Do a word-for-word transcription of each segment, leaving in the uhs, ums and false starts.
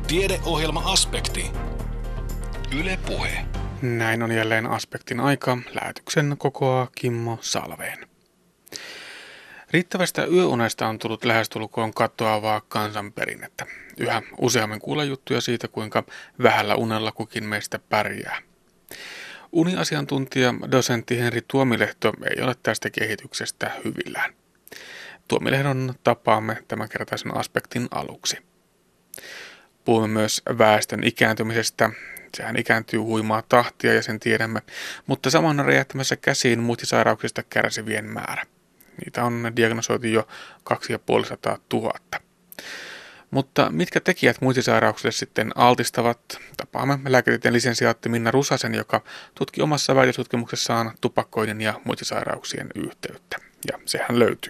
Tiedeohjelma-aspekti. Yle Puhe. Näin on jälleen Aspektin aika. Lähetyksen kokoaa Kimmo Salveen. Riittävästä yöunesta on tullut lähestulkoon katoavaa kansanperinnettä. Yhä useammin kuulla juttuja siitä, kuinka vähällä unella kukin meistä pärjää. Uniasiantuntija dosentti Henri Tuomilehto ei ole tästä kehityksestä hyvillään. Tuomilehdon tapaamme tämänkertaisen aspektin aluksi. Puhumme myös väestön ikääntymisestä. Sehän ikääntyy huimaa tahtia ja sen tiedämme, mutta samoin on räjähtämässä käsiin muistisairauksista kärsivien määrä. Niitä on diagnosoitu jo kaksisataaviisikymmentä tuhatta. Mutta mitkä tekijät muistisairauksille sitten altistavat? Tapaamme lääketieteen lisensiaatti Minna Rusasen, joka tutki omassa väitöstutkimuksessaan tupakoinnin ja muistisairauksien yhteyttä. Ja sehän löytyy.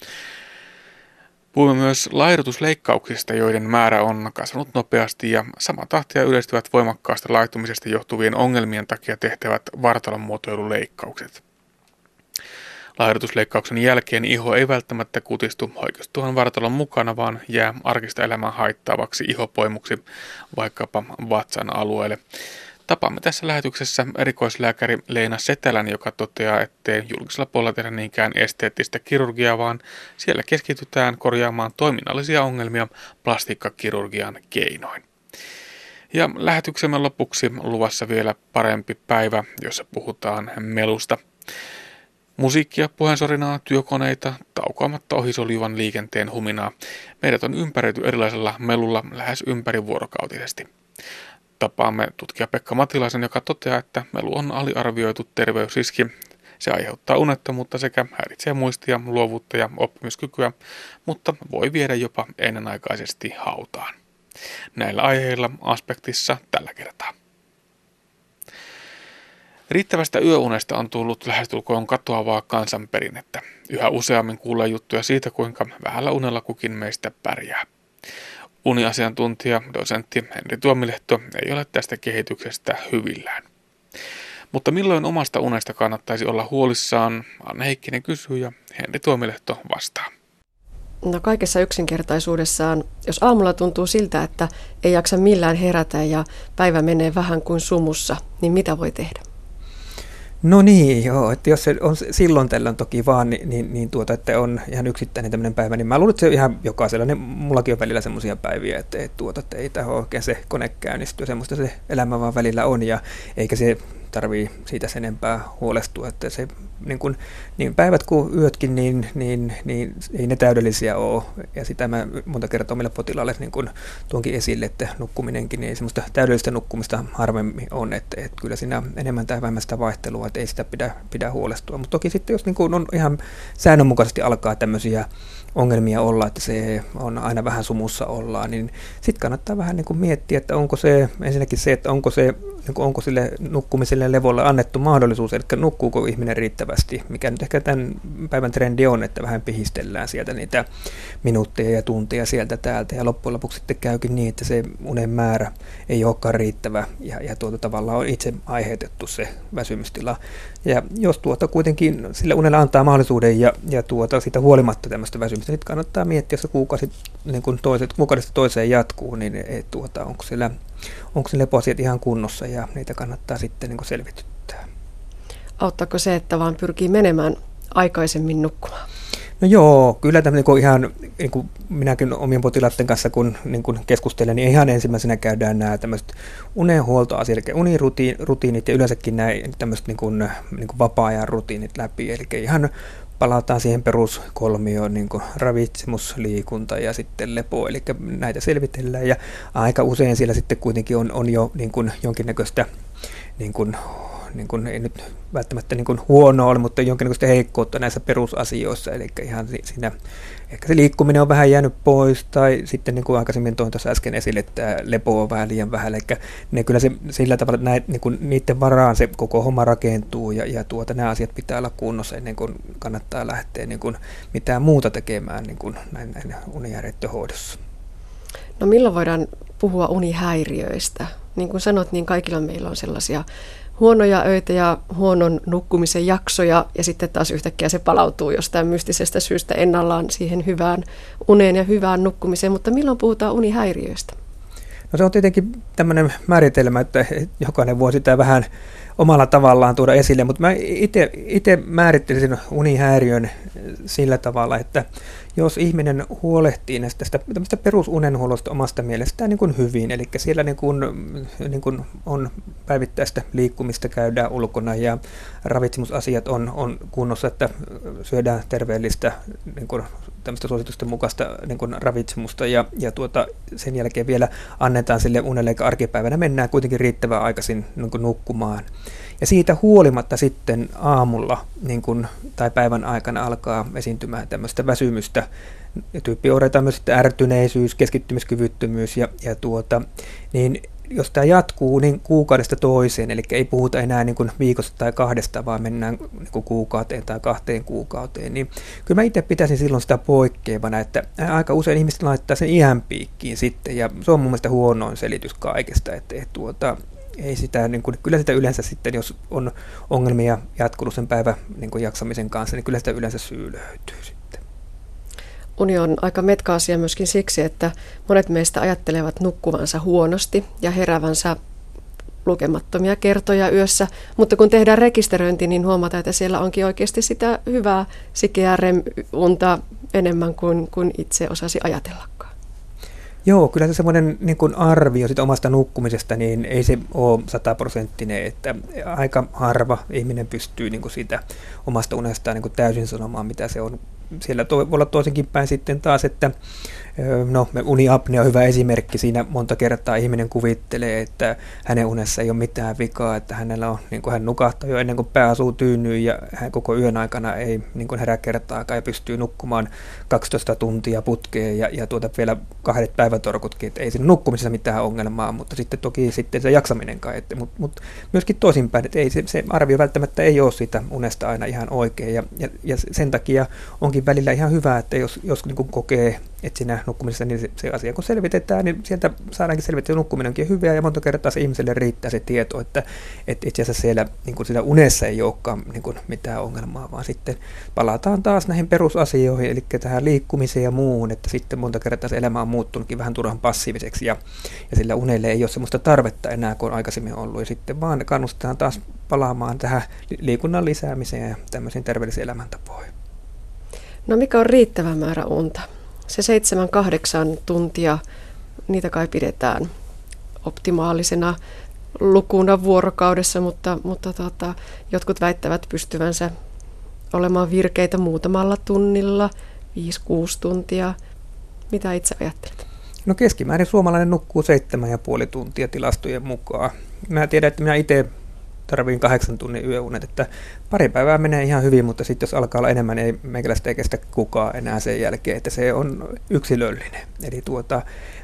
Puhumme myös laihdutusleikkauksista, joiden määrä on kasvanut nopeasti ja sama tahtia yleistyvät voimakkaasta laihtumisesta johtuvien ongelmien takia tehtävät vartalon muotoiluleikkaukset. Laihdutusleikkauksen jälkeen iho ei välttämättä kutistu oikeustuhan vartalon mukana, vaan jää arkista elämää haittaavaksi ihopoimuksi vaikkapa vatsan alueelle. Tapaamme tässä lähetyksessä erikoislääkäri Leena Setälän, joka toteaa, ettei julkisella puolella tehdä niinkään esteettistä kirurgiaa, vaan siellä keskitytään korjaamaan toiminnallisia ongelmia plastiikkakirurgian keinoin. Ja lähetyksemme lopuksi luvassa vielä parempi päivä, jossa puhutaan melusta. Musiikkia, puheensorinaa, työkoneita, taukoamatta ohisoljuvan liikenteen huminaa. Meidät on ympäröity erilaisella melulla lähes ympärivuorokautisesti. Tapaamme tutkija Pekka Matilaisen, joka toteaa, että melu on aliarvioitu terveysriski. Se aiheuttaa unettomuutta sekä häiritsee muistia, luovuutta ja oppimiskykyä, mutta voi viedä jopa ennenaikaisesti hautaan. Näillä aiheilla aspektissa tällä kertaa. Riittävästä yöunesta on tullut lähestulkoon katoavaa kansanperinnettä. Yhä useammin kuulee juttuja siitä, kuinka vähällä unella kukin meistä pärjää. Uniasiantuntija, dosentti Henri Tuomilehto ei ole tästä kehityksestä hyvillään. Mutta milloin omasta unesta kannattaisi olla huolissaan? Anne Heikkinen kysyy ja Henri Tuomilehto vastaa. No kaikessa yksinkertaisuudessaan, jos aamulla tuntuu siltä, että ei jaksa millään herätä ja päivä menee vähän kuin sumussa, niin mitä voi tehdä? No niin, joo, että jos se on silloin tällöin toki vaan, niin, niin, niin tuota, että on ihan yksittäinen tämmöinen päivä, niin mä luulen, että se on ihan jokaisella, niin mullakin on välillä semmoisia päiviä, että, että, tuota, että ei tähän oikein se kone käynnistyä, semmoista se elämä vaan välillä on, ja eikä se tarvii siitä sen enempää huolestua, että se niin, kuin, niin päivät kuin yötkin, niin, niin, niin ei ne täydellisiä ole, ja sitä mä monta kertaa omille potilaille niin kuin tuonkin esille, että nukkuminenkin, niin ei semmoista täydellistä nukkumista harvemmin on, että, että kyllä siinä enemmän tai vähemmän sitä vaihtelua, että ei sitä pidä, pidä huolestua, mutta toki sitten jos niin kuin on ihan säännönmukaisesti alkaa tämmöisiä ongelmia olla, että se on aina vähän sumussa ollaan, niin sitten kannattaa vähän niin kuin miettiä, että onko se ensinnäkin se, että onko se niin kuin onko sille nukkumiselle ja levolle annettu mahdollisuus, eli nukkuuko ihminen riittävästi, mikä nyt ehkä tämän päivän trendi on, että vähän pihistellään sieltä niitä minuutteja ja tunteja sieltä täältä, ja loppujen lopuksi sitten käykin niin, että se unen määrä ei olekaan riittävä, ja, ja tuota tavallaan on itse aiheutettu se väsymystila. Ja jos tuota kuitenkin sille unelle antaa mahdollisuuden, ja, ja tuota siitä huolimatta tämmöistä väsymystä, niin kannattaa miettiä, jos se kuukausi, niin kuin toiset, kuukaudesta toiseen jatkuu, niin et, tuota, onko siellä Onko se lepoasiat ihan kunnossa ja niitä kannattaa sitten niin kuin selvityttää. Auttaako se, että vaan pyrkii menemään aikaisemmin nukkumaan? No joo, kyllä tämä niin ihan, niin kuin minäkin omien potilaiden kanssa kun niin kuin keskustelen, niin ihan ensimmäisenä käydään nämä tämmöiset unenhuoltoasiat, eli unirutiinit ja yleensäkin nämä tämmöiset niin kuin, niin kuin vapaa-ajan rutiinit läpi, eli ihan palataan siihen peruskolmioon, niin kuin ravitsemus, liikunta ja sitten lepo, eli näitä selvitellään, ja aika usein siellä sitten kuitenkin on, on jo niin kuin jonkinnäköistä, niin kuin, niin kuin, ei nyt välttämättä niin kuin huonoa ole, mutta jonkinnäköistä heikkoutta näissä perusasioissa, eli ihan siinä ehkä se liikkuminen on vähän jäänyt pois, tai sitten niin kuin aikaisemmin toin tuossa äsken esille, että lepo on vähän liian vähän, eli ne kyllä se, sillä tavalla, että näit, niin kuin niiden varaan se koko homma rakentuu, ja, ja tuota, nämä asiat pitää olla kunnossa ennen kuin kannattaa lähteä niin kuin mitään muuta tekemään niin kuin näin, näin unihäiriöiden hoidossa. No milloin voidaan puhua unihäiriöistä? Niin kuin sanot, niin kaikilla meillä on sellaisia huonoja öitä ja huonon nukkumisen jaksoja, ja sitten taas yhtäkkiä se palautuu jostain mystisestä syystä ennallaan siihen hyvään uneen ja hyvään nukkumiseen. Mutta milloin puhutaan unihäiriöistä? No se on tietenkin tämmöinen määritelmä, että jokainen voi sitä vähän omalla tavallaan tuoda esille, mutta mä itse määrittelisin unihäiriön sillä tavalla, että jos ihminen huolehtii näistä tästä perusunenhuollosta omasta mielestään niin kuin hyvin, eli siellä niin kuin, niin kuin on päivittäistä liikkumista, käydään ulkona ja ravitsemusasiat on, on kunnossa, että syödään terveellistä niin kuin tämmöistä suositusten mukaista niin kuin ravitsemusta ja, ja tuota, sen jälkeen vielä annetaan sille unelle, eikä arkipäivänä mennään kuitenkin riittävän aikaisin niin kuin nukkumaan. Ja siitä huolimatta sitten aamulla niin kun, tai päivän aikana alkaa esiintymään tämmöistä väsymystä. Tyyppioireita on myös sitten ärtyneisyys, keskittymiskyvyttömyys ja, ja tuota, niin jos tämä jatkuu niin kuukaudesta toiseen, eli ei puhuta enää niin kuin viikosta tai kahdesta, vaan mennään niin kuin kuukauteen tai kahteen kuukauteen, niin kyllä mä itse pitäisin silloin sitä poikkeavana, että aika usein ihmiset laittaa sen iän piikkiin sitten, ja se on mun mielestä huonoin selitys kaikesta, että, että tuota, ei sitä, niin kuin, kyllä sitä yleensä sitten, jos on ongelmia jatkunut sen päivän niin kuin jaksamisen kanssa, niin kyllä sitä yleensä syy löytyy sitten. Uni on aika metka asia myöskin siksi, että monet meistä ajattelevat nukkuvansa huonosti ja heräävänsä lukemattomia kertoja yössä, mutta kun tehdään rekisteröinti, niin huomataan, että siellä onkin oikeasti sitä hyvää sikeää rem-unta enemmän kuin, kuin itse osasi ajatellakaan. Joo, kyllä se semmoinen niin kuin arvio siitä omasta nukkumisesta, niin ei se ole sataprosenttinen, että aika harva ihminen pystyy niin kuin siitä omasta unestaan niin kuin täysin sanomaan, mitä se on. Siellä voi olla toisenkin päin sitten taas, että no, uniapnea on hyvä esimerkki. Siinä monta kertaa ihminen kuvittelee, että hänen unessa ei ole mitään vikaa, että hänellä on, niin kuin hän nukahtaa jo ennen kuin pää asuu tyynyyn ja hän koko yön aikana ei niin kuin herää kertaakaan ja pystyy nukkumaan kaksitoista tuntia putkeen ja, ja tuota vielä kahdet päivätorkutkin, että ei siinä nukkumisessa mitään ongelmaa, mutta sitten toki sitten se jaksaminenkaan, että, mutta, mutta myöskin toisinpäin, että ei, se, se arvio välttämättä ei ole siitä unesta aina ihan oikein ja, ja, ja sen takia onkin välillä ihan hyvä, että jos, jos niin kuin kokee, että siinä nukkumisessa niin se, se asia kun selvitetään, niin sieltä saadaankin selvittää, että nukkuminen onkin hyvää ja monta kertaa se ihmiselle riittää se tieto, että, että itse asiassa siellä niin kuin siinä unessa ei olekaan niin kuin mitään ongelmaa, vaan sitten palataan taas näihin perusasioihin, eli tähän liikkumiseen ja muuhun, että sitten monta kertaa se elämä on muuttunutkin vähän turhan passiiviseksi ja, ja sillä unelle ei ole sellaista tarvetta enää kuin on aikaisemmin ollut ja sitten vaan kannustetaan taas palaamaan tähän liikunnan lisäämiseen ja tämmöisiin terveellisiin elämäntapoihin. No mikä on riittävä määrä unta? Se seitsemän, kahdeksan tuntia, niitä kai pidetään optimaalisena lukuna vuorokaudessa, mutta, mutta tota, jotkut väittävät pystyvänsä olemaan virkeitä muutamalla tunnilla, viisi kuusi tuntia. Mitä itse ajattelet? No keskimäärin suomalainen nukkuu seitsemän ja puoli tuntia tilastojen mukaan. Mä tiedän, että minä itse tarviin kahdeksan tunnin yöunet, että pari päivää menee ihan hyvin, mutta sitten jos alkaa olla enemmän, ei meikäläistä ei kestä kukaan enää sen jälkeen, että se on yksilöllinen. Eli tuota,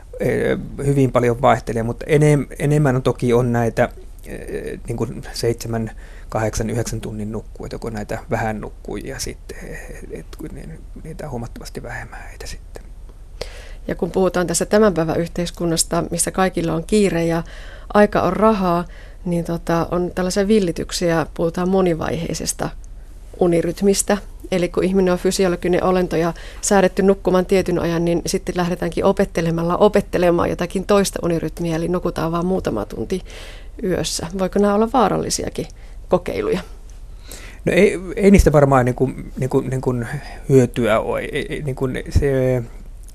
hyvin paljon vaihtelee, mutta enem, enemmän on toki on näitä niin kuin seitsemän, kahdeksan, yhdeksän tunnin nukkuu, että joko näitä vähän nukkujia sitten, että niitä on huomattavasti vähemmän heitä sitten. Ja kun puhutaan tässä tämän päivän yhteiskunnasta, missä kaikilla on kiire ja aika on rahaa, niin tota, on tällaisia villityksiä, puhutaan monivaiheisesta unirytmistä. Eli kun ihminen on fysiologinen olento ja säädetty nukkumaan tietyn ajan, niin sitten lähdetäänkin opettelemalla opettelemaan jotakin toista unirytmiä, eli nukutaan vain muutama tunti yössä. Voiko nämä olla vaarallisiakin kokeiluja? No ei, ei niistä varmaan niin kuin, niin kuin, niin kuin hyötyä ole. Niin kuin se,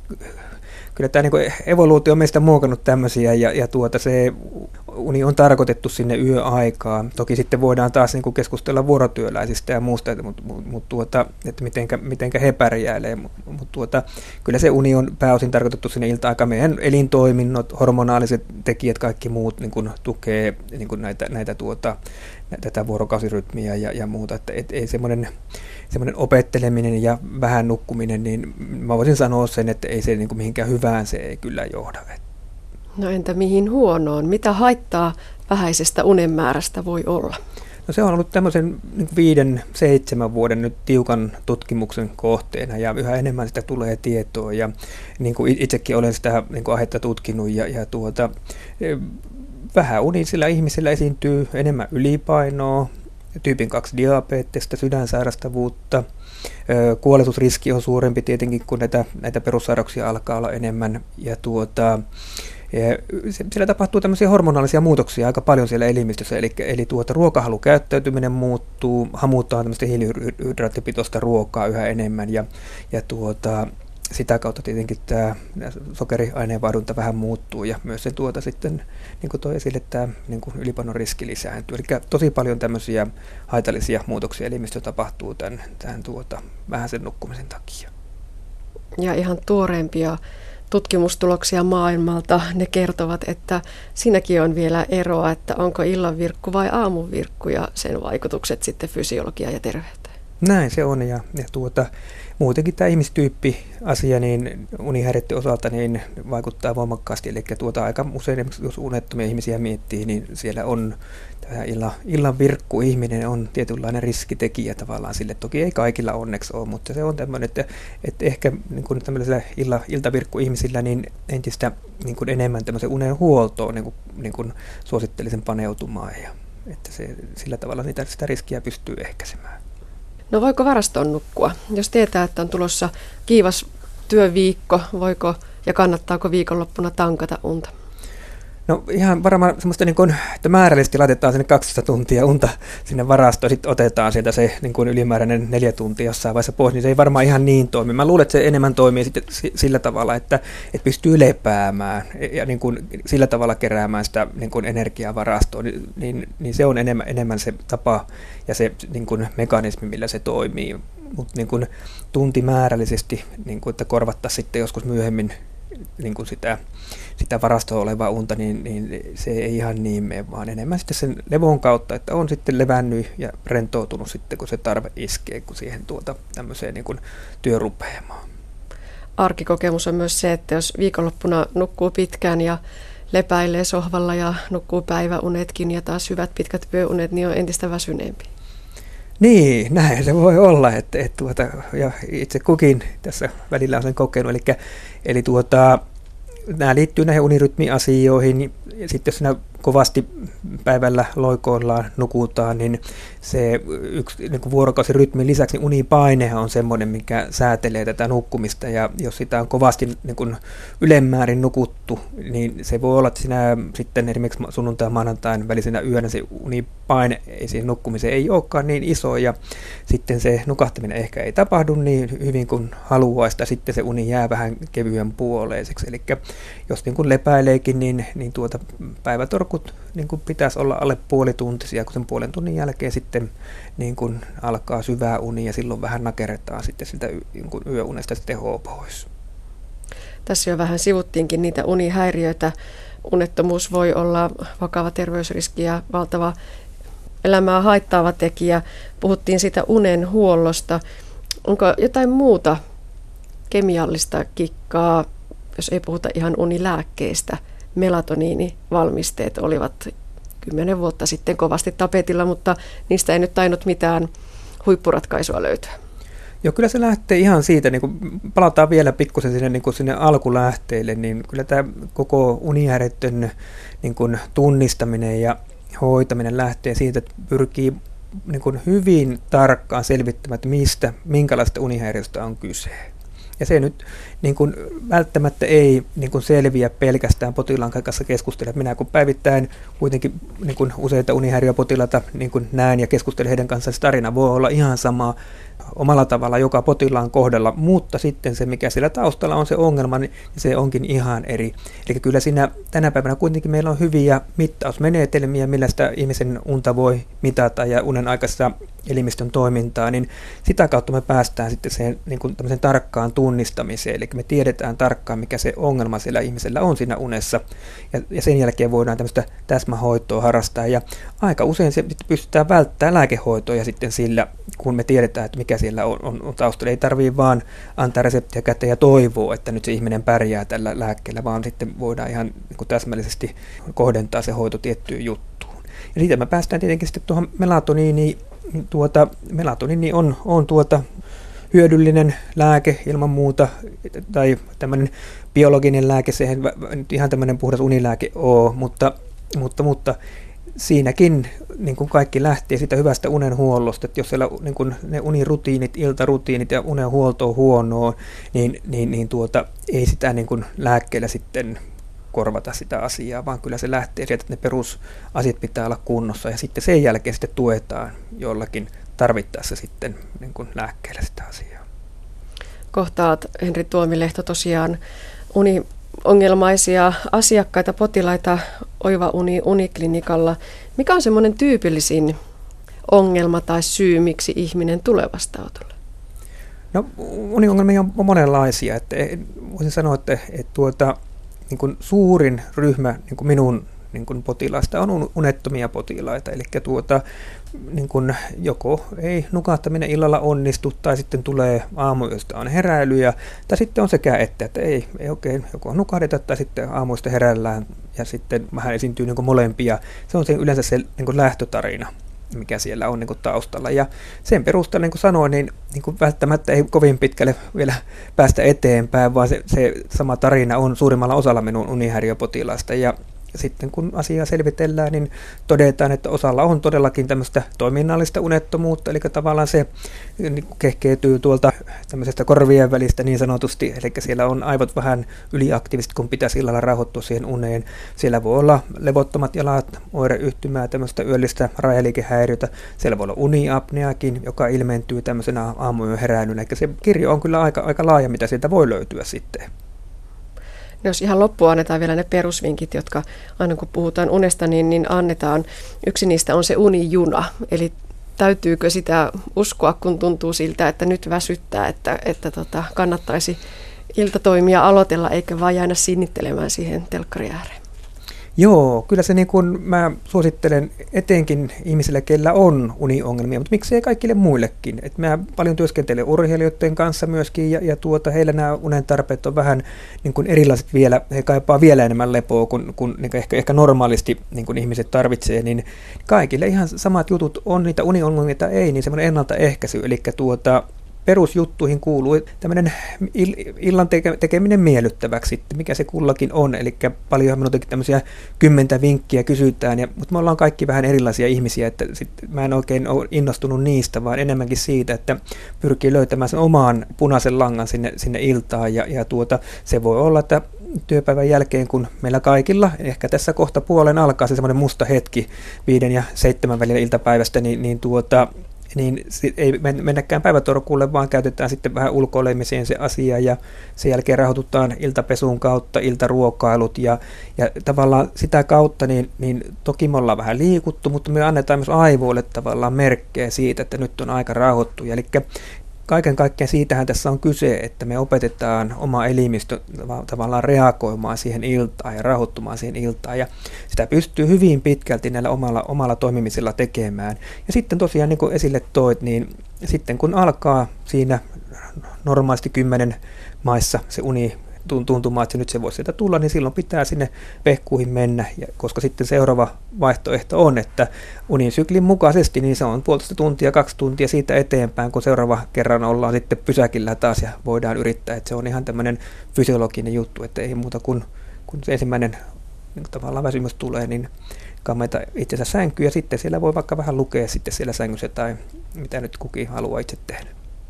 kyllä tämä niin kuin evoluutio on meistä muokannut tämmöisiä ja, ja tuota, se uni on tarkoitettu sinne yöaikaan. Toki sitten voidaan taas niin kuin keskustella vuorotyöläisistä ja muusta, että, mutta, mutta tuota, että mitenkä, mitenkä he pärjäilee, mutta, mutta tuota, kyllä se uni on pääosin tarkoitettu sinne ilta-aikaan. Meidän elintoiminnot, hormonaaliset tekijät, kaikki muut niin kuin tukee niin kuin näitä, näitä tuota, tätä vuorokausirytmiä ja, ja muuta, että et, ei semmoinen, semmoinen opetteleminen ja vähän nukkuminen, niin mä voisin sanoa sen, että ei se niin kuin mihinkään hyvään se ei kyllä johda. No entä mihin huonoon? Mitä haittaa vähäisestä unen määrästä voi olla? No se on ollut tämmöisen niin viiden, seitsemän vuoden nyt tiukan tutkimuksen kohteena ja yhä enemmän sitä tulee tietoa ja niin kuin itsekin olen sitä niin kuin aihetta tutkinut ja, ja tuota, vähäunisilla ihmisillä esiintyy enemmän ylipainoa, tyypin kaksi diabeettista, sydänsairastavuutta. Kuolleisuusriski on suurempi tietenkin, kun näitä, näitä perussairauksia alkaa olla enemmän. Ja tuota, Ja siellä tapahtuu tämmöisiä hormonaalisia muutoksia aika paljon siellä elimistössä, eli, eli tuota, ruokahalukäyttäytyminen muuttuu, hamutaan tämmöistä hiilihydraattipitoista ruokaa yhä enemmän, ja, ja tuota, sitä kautta tietenkin tämä sokeriaineenvaihdunta vähän muuttuu, ja myös se tuota sitten, niin kuin toi esille, tämä niin kuin ylipanon riski lisääntyy. Eli tosi paljon tämmöisiä haitallisia muutoksia elimistössä tapahtuu tämän, tämän tuota, vähäisen nukkumisen takia. Ja ihan tuoreempia tutkimustuloksia maailmalta, ne kertovat, että siinäkin on vielä eroa, että onko illanvirkku vai aamuvirkku ja sen vaikutukset sitten fysiologiaan ja terveyteen. Näin se on, ja, ja tuota, muutenkin tämä ihmistyyppi-asia niin unihäiriöiden osalta niin vaikuttaa voimakkaasti, eli tuota, aika usein, jos unettomia ihmisiä miettii, niin siellä on tämä illan, illan virkku ihminen on tietynlainen riskitekijä tavallaan sille. Toki ei kaikilla onneksi ole, mutta se on tämmöinen, että, että ehkä niin kuin tämmöisillä illa, iltavirkku ihmisillä niin entistä niin kuin enemmän tämmöisen unen huoltoon niin kuin, niin kuin suosittelisin paneutumaan, ja että se, sillä tavalla niitä, sitä riskiä pystyy ehkäisemään. No voiko varastoon nukkua? Jos tietää, että on tulossa kiivas työviikko, voiko ja kannattaako viikonloppuna tankata unta? No ihan varmaan semmoista, niin kuin, että määrällisesti laitetaan sinne kaksitoista tuntia unta sinne varastoon, sitten otetaan sieltä se niin kuin ylimääräinen neljä tuntia jossain vaiheessa pois, niin se ei varmaan ihan niin toimi. Mä luulen, että se enemmän toimii sitten sillä tavalla, että, että pystyy lepäämään ja niin kuin sillä tavalla keräämään sitä niin kuin energiaa varastoon, niin, niin, niin se on enemmän, enemmän se tapa ja se niin kuin mekanismi, millä se toimii. Mutta niin kuin tuntimäärällisesti, niin kuin, että korvattaisiin sitten joskus myöhemmin niin kuin sitä, sitä varastoa olevaa unta, niin, niin se ei ihan niin mene, vaan enemmän sitten sen levon kautta, että on sitten levännyt ja rentoutunut sitten, kun se tarve iskee, kun siihen tuota tämmöiseen niin kuin työrupeamaan. Arkikokemus on myös se, että jos viikonloppuna nukkuu pitkään ja lepäilee sohvalla ja nukkuu päiväunetkin ja taas hyvät pitkät yöunet, niin on entistä väsyneempi. Niin, näin se voi olla, että, että tuota, ja itse kukin tässä välillä on sen kokenut, eli, eli tuota, nämä liittyy näihin unirytmiasioihin, ja sitten jos siinä kovasti päivällä loikoillaan, nukutaan, niin se yksi niin kuin vuorokausirytmin lisäksi niin unipainehan on semmoinen, mikä säätelee tätä nukkumista, ja jos sitä on kovasti niin kuin ylemmäärin nukuttu, niin se voi olla, että siinä sitten esimerkiksi sunnuntai- ja maanantain välisenä yönä se unipaine siihen nukkumiseen ei olekaan niin iso, ja sitten se nukahtaminen ehkä ei tapahdu niin hyvin kuin haluaisi, ja sitten se uni jää vähän kevyen puoleiseksi, eli jos niin kuin lepäileekin, niin, niin tuota päivätorkut niin kuin pitäisi olla alle puolituntisia, kun sen puolen tunnin jälkeen sitten niin kuin alkaa syvää uni ja silloin vähän nakerretaan sitten sitä niin kuin yöunesta sitä tehoa pois. Tässä jo vähän sivuttiinkin niitä unihäiriöitä. Unettomuus voi olla vakava terveysriski ja valtava elämää haittaava tekijä. Puhuttiin siitä unen huollosta. Onko jotain muuta kemiallista kikkaa, jos ei puhuta ihan unilääkkeistä? Melatoniinivalmisteet olivat kymmenen vuotta sitten kovasti tapetilla, mutta niistä ei nyt tainnut mitään huippuratkaisua löytyä. Joo, kyllä se lähtee ihan siitä, niin kun palataan vielä pikkusen sinne, niin sinne alkulähteille, niin kyllä tämä koko unihäiriöiden niin kun tunnistaminen ja hoitaminen lähtee siitä, että pyrkii niin kun hyvin tarkkaan selvittämään, että mistä, minkälaista unihäiriöstä on kyse. Ja se nyt niin kuin välttämättä ei niin kuin selviä pelkästään potilaan kanssa keskustella. Minä kun päivittäin kuitenkin niin kuin useita unihäiriöpotilaita niin kuin näen ja keskustelen heidän kanssaan, se tarina voi olla ihan sama omalla tavalla joka potilaan kohdalla, mutta sitten se, mikä siellä taustalla on se ongelma, niin se onkin ihan eri. Eli kyllä siinä tänä päivänä kuitenkin meillä on hyviä mittausmenetelmiä, millä sitä ihmisen unta voi mitata ja unen aikaisessa elimistön toimintaa, niin sitä kautta me päästään sitten siihen niin kuin tämmöisen tarkkaan tunnistamiseen, eli me tiedetään tarkkaan, mikä se ongelma siellä ihmisellä on siinä unessa, ja, ja sen jälkeen voidaan tämmöistä täsmähoitoa harrastaa, ja aika usein se pystytään välttämään lääkehoitoja sitten sillä, kun me tiedetään, että mikä siellä on, on, on taustalla. Ei tarvitse vaan antaa reseptiä käteen ja toivoa, että nyt se ihminen pärjää tällä lääkkeellä, vaan sitten voidaan ihan niin kuin täsmällisesti kohdentaa se hoito tiettyyn juttuun. Ja siitä me päästään tietenkin sitten tuohon melatoniiniin. Tuota, melatoniini on, on tuota hyödyllinen lääke ilman muuta, tai tämmöinen biologinen lääke, se ei nyt ihan tämmöinen puhdas unilääke ole, mutta, mutta, mutta siinäkin niin kuin kaikki lähtee siitä hyvästä unenhuollosta, että jos siellä niin kuin ne unirutiinit, iltarutiinit ja unenhuolto on huonoa, niin, niin, niin tuota, ei sitä niin kuin lääkkeellä sitten korvata sitä asiaa, vaan kyllä se lähtee sieltä, että ne perusasiat pitää olla kunnossa ja sitten sen jälkeen sitten tuetaan jollakin tarvittaessa sitten niin kuin lääkkeellä sitä asiaa. Kohtaat, Henri Tuomilehto, tosiaan uniongelmaisia asiakkaita, potilaita Oiva Uni Uniklinikalla. Mikä on semmoinen tyypillisin ongelma tai syy, miksi ihminen tulee vastaanotolle? No, uniongelmia on monenlaisia. Että voisin sanoa, että, että tuota, niin kuin suurin ryhmä niin kuin minun niin kuin potilaista on unettomia potilaita. Eli tuota, niin kuin joko ei nukahtaminen illalla onnistu, tai sitten tulee aamuyöstä on heräilyjä, tai sitten on sekä että, että ei, ei oikein joko nukahdeta, tai sitten aamuista heräillään, ja sitten vähän esiintyy niin kuin molempia. Se on se, yleensä se niin kuin lähtötarina, mikä siellä on niin kuin taustalla. Ja sen perusteella, niin kuin sanoin, niin, niin kuin välttämättä ei kovin pitkälle vielä päästä eteenpäin, vaan se, se sama tarina on suurimmalla osalla minun unihäiriöpotilaista. Ja sitten kun asiaa selvitellään, niin todetaan, että osalla on todellakin tämmöistä toiminnallista unettomuutta, eli tavallaan se kehkeytyy tuolta tämmöisestä korvien välistä niin sanotusti, eli siellä on aivot vähän yliaktiiviset, kun pitäisi illalla rauhoittua siihen uneen. Siellä voi olla levottomat jalat, oireyhtymää, tämmöistä yöllistä rajaliikehäiriötä. Siellä voi olla uniapneakin, joka ilmentyy tämmöisenä aamuyön heräilynä, eli se kirjo on kyllä aika, aika laaja, mitä sieltä voi löytyä sitten. Jos ihan loppuun annetaan vielä ne perusvinkit, jotka aina kun puhutaan unesta, niin, niin annetaan. Yksi niistä on se unijuna, eli täytyykö sitä uskoa, kun tuntuu siltä, että nyt väsyttää, että, että tota, kannattaisi iltatoimia aloitella, eikä vaan jäädä sinnittelemään siihen telkkari ääreen. Joo, kyllä se niin kuin mä suosittelen etenkin ihmisille, kellä on uniongelmia, mutta miksei kaikille muillekin. Et mä paljon työskentelen urheilijoiden kanssa myöskin ja, ja tuota, heillä nämä unen tarpeet on vähän niin kuin erilaiset vielä, he kaipaa vielä enemmän lepoa kuin, kuin niin kuin ehkä, ehkä normaalisti niin kuin ihmiset tarvitsee, niin kaikille ihan samat jutut on niitä uniongelmia tai ei, niin semmoinen ennaltaehkäisy, eli tuota, perusjuttuihin kuuluu tämmöinen illan tekeminen miellyttäväksi, mikä se kullakin on. Eli paljonhan minultakin tämmöisiä kymmentä vinkkiä kysytään, ja, mutta me ollaan kaikki vähän erilaisia ihmisiä, että sit mä en oikein ole innostunut niistä, vaan enemmänkin siitä, että pyrkii löytämään sen oman punaisen langan sinne, sinne iltaan, ja, ja tuota, se voi olla, että työpäivän jälkeen, kun meillä kaikilla, ehkä tässä kohta puolen alkaa se semmoinen musta hetki viiden ja seitsemän välillä iltapäivästä, niin, niin tuota, niin ei mennäkään päivätorkulle, vaan käytetään sitten vähän ulkoilemiseen se asia ja sen jälkeen rahoitutaan iltapesun kautta, iltaruokailut ja, ja tavallaan sitä kautta, niin, niin toki me ollaan vähän liikuttu, mutta me annetaan myös aivoille tavallaan merkkejä siitä, että nyt on aika rauhoittua. Eli kaiken kaikkiaan siitähän tässä on kyse, että me opetetaan oma elimistö tavallaan reagoimaan siihen iltaan ja rauhoittumaan siihen iltaan. Ja sitä pystyy hyvin pitkälti näillä omalla, omalla toimimisella tekemään. Ja sitten tosiaan niin kuin esille toit, niin sitten kun alkaa siinä normaalisti kymmenen maissa se uni tuntumaan, että se nyt se voisi sieltä tulla, niin silloin pitää sinne pehkuihin mennä, ja koska sitten seuraava vaihtoehto on, että unin syklin mukaisesti, niin se on puolitoista tuntia, kaksi tuntia siitä eteenpäin, kun seuraava kerran ollaan sitten pysäkillä taas ja voidaan yrittää, että se on ihan tämmöinen fysiologinen juttu, että ei muuta kuin kun se ensimmäinen niin tavallaan väsymys tulee, niin kammeta itsensä sänkyyn ja sitten siellä voi vaikka vähän lukea sitten siellä sängyssä tai mitä nyt kukin haluaa itse tehdä.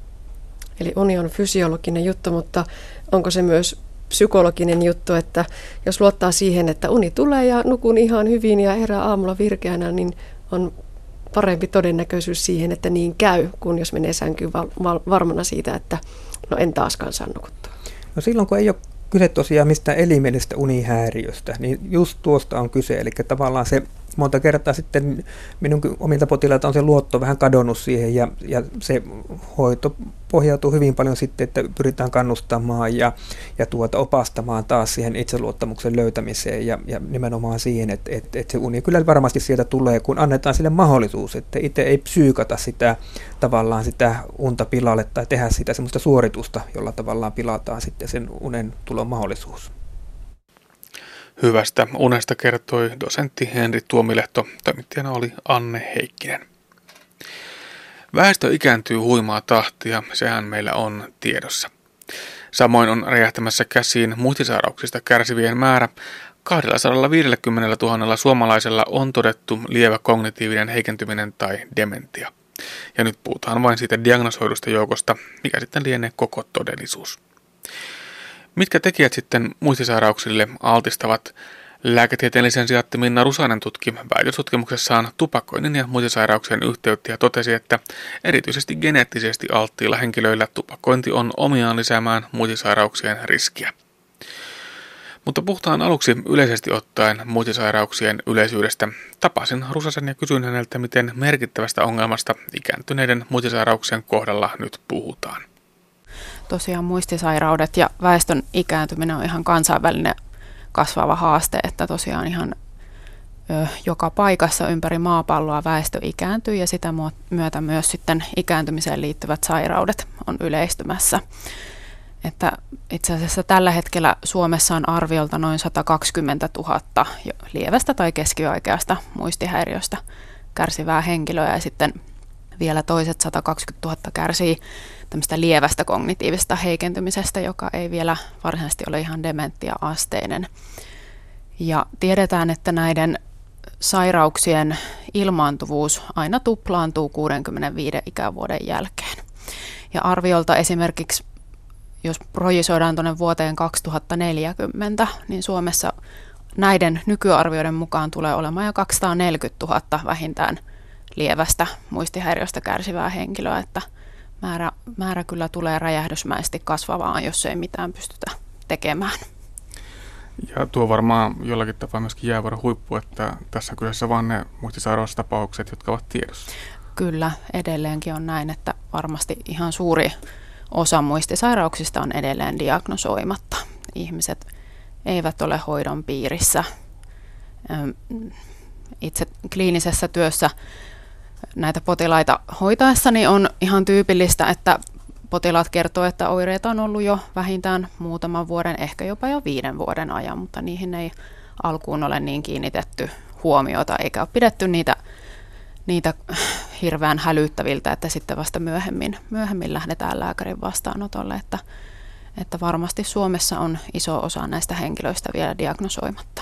Eli uni on fysiologinen juttu, mutta onko se myös psykologinen juttu, että jos luottaa siihen, että uni tulee ja nukun ihan hyvin ja herää aamulla virkeänä, niin on parempi todennäköisyys siihen, että niin käy, kun jos menee sänkyyn varmana siitä, että no en taaskaan saa nukuttua. No silloin, kun ei ole kyse tosiaan mistään elimellisestä unihäiriöstä, niin just tuosta on kyse, eli tavallaan se monta kertaa sitten minun omilta potilailta on se luotto vähän kadonnut siihen ja, ja se hoito pohjautuu hyvin paljon sitten, että pyritään kannustamaan ja, ja tuota opastamaan taas siihen itseluottamuksen löytämiseen ja, ja nimenomaan siihen, että, että, että se uni kyllä varmasti sieltä tulee, kun annetaan sille mahdollisuus, että itse ei psyykata sitä tavallaan sitä unta pilalle tai tehdä sitä semmoista suoritusta, jolla tavallaan pilataan sitten sen unen tulon mahdollisuus. Hyvästä unesta kertoi dosentti Henri Tuomilehto, toimittajana oli Anne Heikkinen. Väestö ikääntyy huimaa tahtia, sehän meillä on tiedossa. Samoin on räjähtämässä käsiin muistisairauksista kärsivien määrä. kaksisataaviisikymmentätuhatta suomalaisella on todettu lievä kognitiivinen heikentyminen tai dementia. Ja nyt puhutaan vain siitä diagnosoidusta joukosta, mikä sitten lienee koko todellisuus. Mitkä tekijät sitten muistisairauksille altistavat? Lääketieteen lisensiaatti Minna Rusanen tutki väitöstutkimuksessaan tupakoinnin ja muistisairauksien yhteyttä ja totesi, että erityisesti geneettisesti alttiilla henkilöillä tupakointi on omiaan lisäämään muistisairauksien riskiä. Mutta puhutaan aluksi yleisesti ottaen muistisairauksien yleisyydestä. Tapasin Rusasen ja kysyin häneltä, miten merkittävästä ongelmasta ikääntyneiden muistisairauksien kohdalla nyt puhutaan. Tosiaan muistisairaudet ja väestön ikääntyminen on ihan kansainvälinen kasvava haaste, että tosiaan ihan ö, joka paikassa ympäri maapalloa väestö ikääntyy ja sitä myötä myös sitten ikääntymiseen liittyvät sairaudet on yleistymässä. Että itse asiassa tällä hetkellä Suomessa on arviolta noin sata kaksikymmentätuhatta lievästä tai keskivaikeasta muistihäiriöstä kärsivää henkilöä ja sitten vielä toiset sata kaksikymmentätuhatta kärsii tämmöistä lievästä kognitiivisesta heikentymisestä, joka ei vielä varsinaisesti ole ihan dementia-asteinen. Ja tiedetään, että näiden sairauksien ilmaantuvuus aina tuplaantuu kuudenkymmenenviiden ikävuoden jälkeen. Ja arviolta esimerkiksi, jos projisoidaan tuonne vuoteen kaksituhattaneljäkymmentä, niin Suomessa näiden nykyarvioiden mukaan tulee olemaan jo kaksisataaneljäkymmentätuhatta vähintään lievästä muistihäiriöstä kärsivää henkilöä, että määrä, määrä kyllä tulee räjähdysmäisesti kasvavaan, jos ei mitään pystytä tekemään. Ja tuo varmaan jollakin tapaa myöskin jäävuoren huippu, että tässä kyseessä vaan ne muistisairaustapaukset, jotka ovat tiedossa. Kyllä, edelleenkin on näin, että varmasti ihan suuri osa muistisairauksista on edelleen diagnosoimatta. Ihmiset eivät ole hoidon piirissä. Itse kliinisessä työssä näitä potilaita hoitaessani on ihan tyypillistä, että potilaat kertoo, että oireita on ollut jo vähintään muutaman vuoden, ehkä jopa jo viiden vuoden ajan, mutta niihin ei alkuun ole niin kiinnitetty huomiota, eikä ole pidetty niitä, niitä hirveän hälyttäviltä, että sitten vasta myöhemmin, myöhemmin lähdetään lääkärin vastaanotolle, että, että varmasti Suomessa on iso osa näistä henkilöistä vielä diagnosoimatta.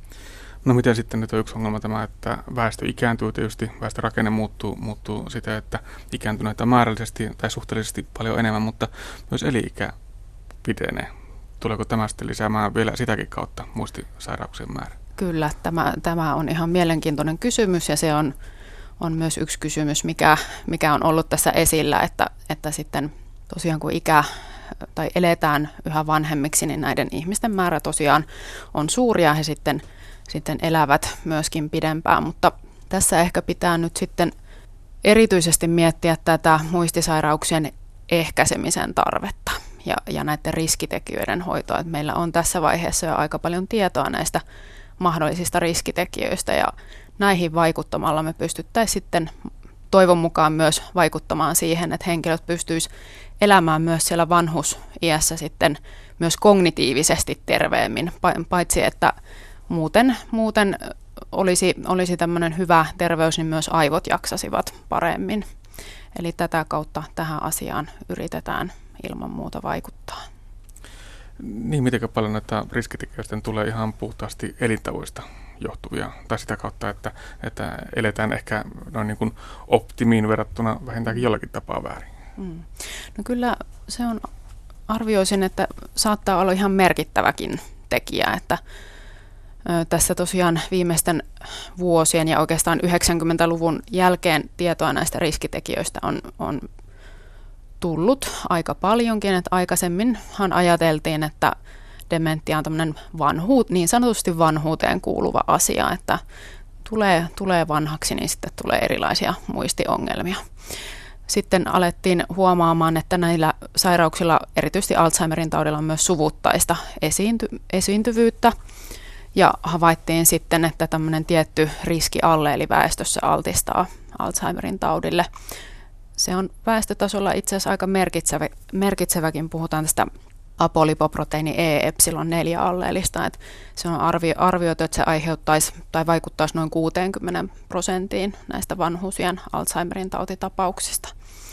No miten sitten nyt on yksi ongelma tämä, että väestö ikääntyy tietysti, väestörakenne muuttuu, muuttuu sitä, että ikääntyneitä on määrällisesti tai suhteellisesti paljon enemmän, mutta myös eli-ikä pitenee. Tuleeko tämä sitten lisäämään vielä sitäkin kautta muistisairauksien määrä? Kyllä, tämä, tämä on ihan mielenkiintoinen kysymys ja se on, on myös yksi kysymys, mikä, mikä on ollut tässä esillä, että, että sitten tosiaan kun ikä tai eletään yhä vanhemmiksi, niin näiden ihmisten määrä tosiaan on suuri ja he sitten sitten elävät myöskin pidempään, mutta tässä ehkä pitää nyt sitten erityisesti miettiä tätä muistisairauksien ehkäisemisen tarvetta ja, ja näiden riskitekijöiden hoitoa. Että meillä on tässä vaiheessa jo aika paljon tietoa näistä mahdollisista riskitekijöistä ja näihin vaikuttamalla me pystyttäisiin sitten toivon mukaan myös vaikuttamaan siihen, että henkilöt pystyisivät elämään myös siellä vanhusiässä sitten myös kognitiivisesti terveemmin, paitsi että Muuten, muuten olisi, olisi tämmöinen hyvä terveys, niin myös aivot jaksasivat paremmin. Eli tätä kautta tähän asiaan yritetään ilman muuta vaikuttaa. Niin, miten paljon näitä riskitekijöistä tulee ihan puhtaasti elintavoista johtuvia, tai sitä kautta, että, että eletään ehkä noin niin kuin optimiin verrattuna vähintäänkin jollakin tapaa väärin? Mm. No kyllä se on, arvioisin, että saattaa olla ihan merkittäväkin tekijä, että tässä tosiaan viimeisten vuosien ja oikeastaan yhdeksänkymmentäluvun jälkeen tietoa näistä riskitekijöistä on, on tullut aika paljonkin. Että aikaisemminhan ajateltiin, että dementia on tämmöinen vanhuut, niin sanotusti vanhuuteen kuuluva asia, että tulee, tulee vanhaksi, niin sitten tulee erilaisia muistiongelmia. Sitten alettiin huomaamaan, että näillä sairauksilla, erityisesti Alzheimerin taudilla, on myös suvuttaista esiinty, esiintyvyyttä. Ja havaittiin sitten, että tämmöinen tietty riskialleeli väestössä altistaa Alzheimerin taudille. Se on väestötasolla itse asiassa aika merkitsevä, merkitseväkin. Puhutaan tästä apolipoproteiini E epsilon neljä alleelista. Että se on arvio, arvioitu, että se aiheuttaisi tai vaikuttaisi noin kuuteenkymmeneen prosenttiin näistä vanhuusien Alzheimerin tautitapauksista.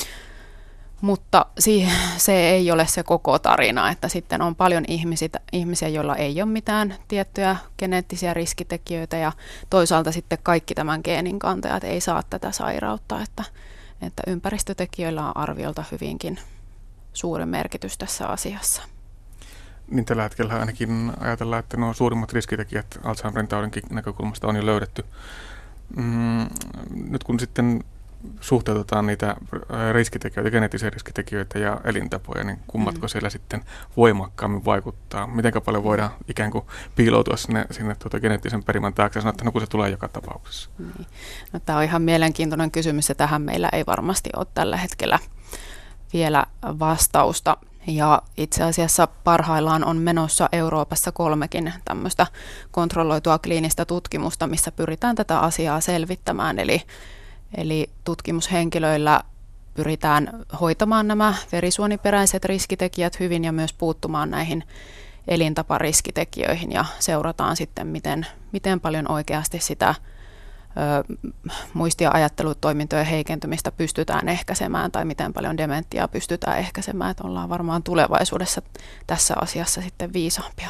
Mutta se ei ole se koko tarina, että sitten on paljon ihmisiä, ihmisiä, joilla ei ole mitään tiettyjä geneettisiä riskitekijöitä ja toisaalta sitten kaikki tämän geenin kantajat ei saa tätä sairautta, että, että ympäristötekijöillä on arviolta hyvinkin suuri merkitys tässä asiassa. niin tällä hetkellä ainakin ajatellaan, että nuo suurimmat riskitekijät Alzheimerin taudinkin näkökulmasta on jo löydetty. Mm, nyt kun sitten suhteutetaan niitä riskitekijöitä, geneettisiä riskitekijöitä ja elintapoja, niin kummatko mm. siellä sitten voimakkaammin vaikuttaa? Mitenkä paljon voidaan ikään kuin piiloutua sinne, sinne tuota geneettisen perimän taakse ja sanoa, että no kun se tulee joka tapauksessa? Niin. No, tämä on ihan mielenkiintoinen kysymys ja tähän meillä ei varmasti ole tällä hetkellä vielä vastausta. Ja itse asiassa parhaillaan on menossa Euroopassa kolmekin tämmöistä kontrolloitua kliinistä tutkimusta, missä pyritään tätä asiaa selvittämään. Eli, eli tutkimushenkilöillä pyritään hoitamaan nämä verisuoniperäiset riskitekijät hyvin ja myös puuttumaan näihin elintapariskitekijöihin ja seurataan sitten, miten, miten paljon oikeasti sitä ö, muisti- ja ajattelutoimintojen heikentymistä pystytään ehkäisemään tai miten paljon dementiaa pystytään ehkäisemään, että ollaan varmaan tulevaisuudessa tässä asiassa sitten viisaampia.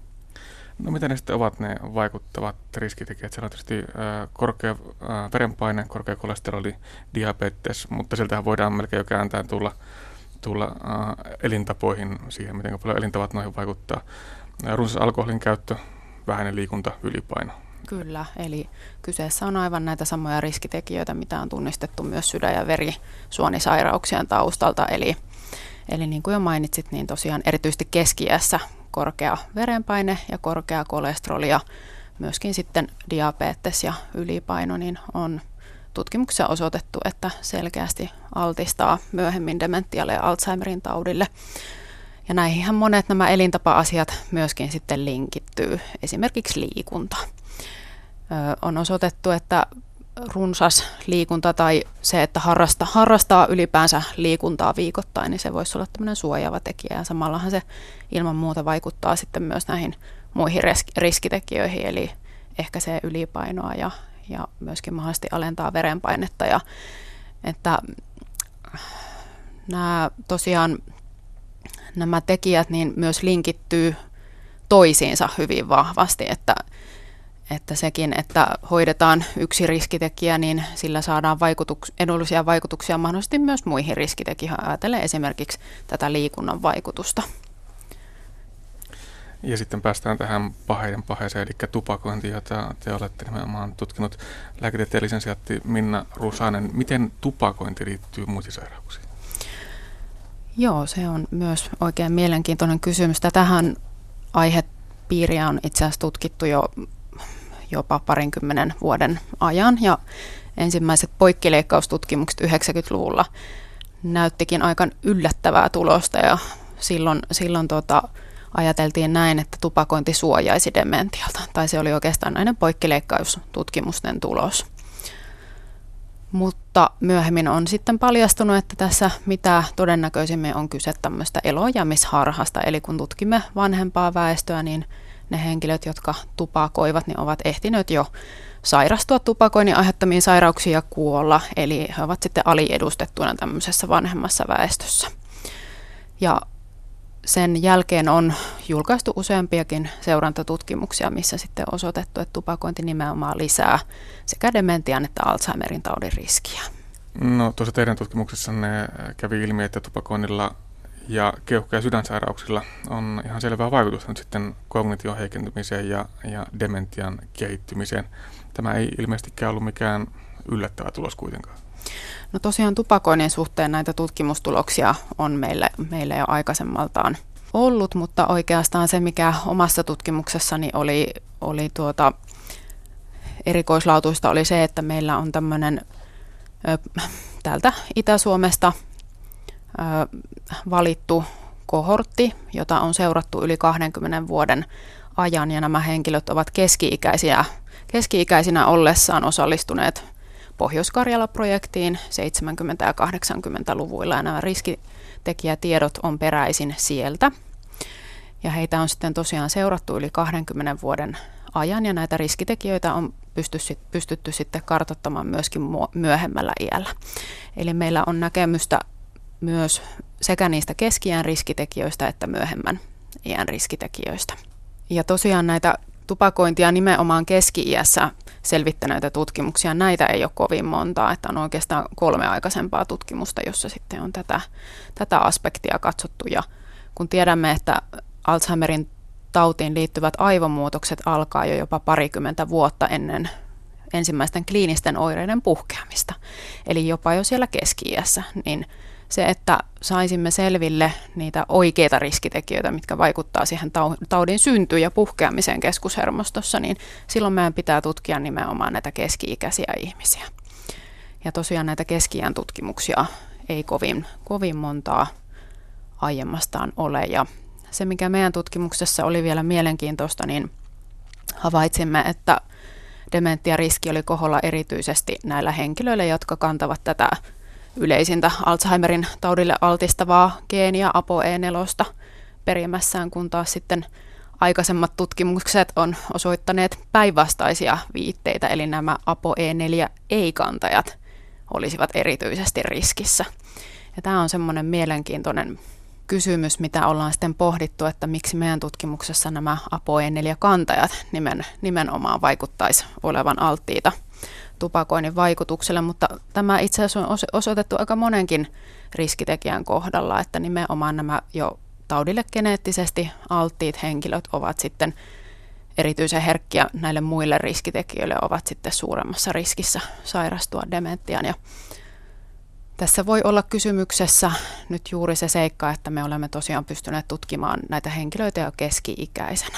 No mitä ne sitten ovat ne vaikuttavat riskitekijät? Siellä on tietysti äh, korkea äh, verenpaine, korkea kolesteroli, diabetes, mutta sieltähän voidaan melkein jo kääntää tulla, tulla äh, elintapoihin, siihen miten paljon elintavat noihin vaikuttaa. Äh, runsas alkoholin käyttö, vähäinen liikunta, ylipaino. Kyllä, eli kyseessä on aivan näitä samoja riskitekijöitä, mitä on tunnistettu myös sydän- ja verisuonisairauksien taustalta. Eli, eli niin kuin jo mainitsit, niin tosiaan erityisesti keski-iässä korkea verenpaine ja korkea kolesteroli ja myöskin sitten diabetes ja ylipaino niin on tutkimuksessa osoitettu, että selkeästi altistaa myöhemmin dementialle ja Alzheimerin taudille. Ja näihinhän monet nämä elintapa-asiat myöskin sitten linkittyy, esimerkiksi liikunta. Ö, on osoitettu, että runsas liikunta tai se, että harrasta, harrastaa ylipäänsä liikuntaa viikoittain, niin se voisi olla tämmöinen suojaava tekijä. Ja samallahan se ilman muuta vaikuttaa sitten myös näihin muihin riskitekijöihin, eli ehkäisee ylipainoa ja, ja myöskin mahdollisesti alentaa verenpainetta. Ja, että nämä tosiaan nämä tekijät niin myös linkittyy toisiinsa hyvin vahvasti, että Että sekin, että hoidetaan yksi riskitekijä, niin sillä saadaan vaikutuks- edullisia vaikutuksia mahdollisesti myös muihin riskitekijöihin. Ajatellen esimerkiksi tätä liikunnan vaikutusta. Ja sitten päästään tähän paheiden paheeseen, eli tupakointi, jota te olette nimenomaan tutkinut. Lääketieteen lisensiaatti Minna Rusanen, miten tupakointi liittyy muistisairauksiin? Joo, se on myös oikein mielenkiintoinen kysymys. Tätähän aihepiiriä on itse asiassa tutkittu jo jopa parinkymmenen vuoden ajan, ja ensimmäiset poikkileikkaustutkimukset yhdeksänkymmentäluvulla näyttikin aika yllättävää tulosta, ja silloin, silloin tota, ajateltiin näin, että tupakointi suojaisi dementialta, tai se oli oikeastaan näiden poikkileikkaustutkimusten tulos. Mutta myöhemmin on sitten paljastunut, että tässä mitä todennäköisimmin on kyse tämmöistä elojäämisharhasta, eli kun tutkimme vanhempaa väestöä, niin ne henkilöt, jotka tupakoivat, niin ovat ehtineet jo sairastua tupakoinnin aiheuttamiin sairauksiin ja kuolla, eli he ovat sitten aliedustettuina tämmöisessä vanhemmassa väestössä. Ja sen jälkeen on julkaistu useampiakin seurantatutkimuksia, missä sitten on osoitettu, että tupakointi nimenomaan lisää sekä dementian että Alzheimerin taudin riskiä. No tuossa teidän tutkimuksessanne kävi ilmi, että tupakoinnilla ja keuhko- ja sydänsairauksilla on ihan selvää vaikutusta nyt sitten kognition heikentymiseen ja, ja dementian kehittymiseen. Tämä ei ilmeisestikään ollut mikään yllättävä tulos kuitenkaan. No tosiaan tupakoinnin suhteen näitä tutkimustuloksia on meille, meille jo aikaisemmaltaan ollut, mutta oikeastaan se, mikä omassa tutkimuksessani oli, oli tuota erikoislautuista, oli se, että meillä on tämmöinen ö, täältä Itä-Suomesta ö, valittu kohortti, jota on seurattu yli kahdenkymmenen vuoden ajan, ja nämä henkilöt ovat keski-ikäisiä, keski-ikäisinä ollessaan osallistuneet Pohjois-Karjala-projektiin seitsemänkymmentä- ja kahdeksankymmentäluvuilla, ja nämä riskitekijätiedot on peräisin sieltä. Ja heitä on sitten tosiaan seurattu yli kahdenkymmenen vuoden ajan, ja näitä riskitekijöitä on pystytty, pystytty sitten kartoittamaan myöskin myöhemmällä iällä. Eli meillä on näkemystä myös sekä niistä keski-iän riskitekijöistä että myöhemmän iän riskitekijöistä. Ja tosiaan näitä tupakointia nimenomaan keski-iässä selvittäneitä tutkimuksia, näitä ei ole kovin montaa, että on oikeastaan kolme aikaisempaa tutkimusta, jossa sitten on tätä, tätä aspektia katsottu. Ja kun tiedämme, että Alzheimerin tautiin liittyvät aivomuutokset alkaa jo jopa parikymmentä vuotta ennen ensimmäisten kliinisten oireiden puhkeamista. Eli jopa jo siellä keski-iässä, niin se, että saisimme selville niitä oikeita riskitekijöitä, mitkä vaikuttaa siihen taudin syntyyn ja puhkeamiseen keskushermostossa, niin silloin meidän pitää tutkia nimenomaan näitä keski-ikäisiä ihmisiä. Ja tosiaan näitä keski-iän tutkimuksia ei kovin, kovin montaa aiemmastaan ole. Ja se, mikä meidän tutkimuksessa oli vielä mielenkiintoista, niin havaitsimme, että dementiariski oli koholla erityisesti näillä henkilöillä, jotka kantavat tätä yleisintä Alzheimerin taudille altistavaa geeniä A P O E neljä perimässään, kun taas sitten aikaisemmat tutkimukset on osoittaneet päinvastaisia viitteitä, eli nämä A P O E neljä ei-kantajat olisivat erityisesti riskissä. Ja tämä on semmoinen mielenkiintoinen kysymys, mitä ollaan sitten pohdittu, että miksi meidän tutkimuksessa nämä A P O E neljä-kantajat nimen, nimenomaan vaikuttaisi olevan alttiita tupakoinnin vaikutukselle, mutta tämä itse asiassa on osoitettu aika monenkin riskitekijän kohdalla, että nimenomaan nämä jo taudille geneettisesti alttiit henkilöt ovat sitten erityisen herkkiä näille muille riskitekijöille, ovat sitten suuremmassa riskissä sairastua dementiaan. Ja tässä voi olla kysymyksessä nyt juuri se seikka, että me olemme tosiaan pystyneet tutkimaan näitä henkilöitä jo keski-ikäisenä.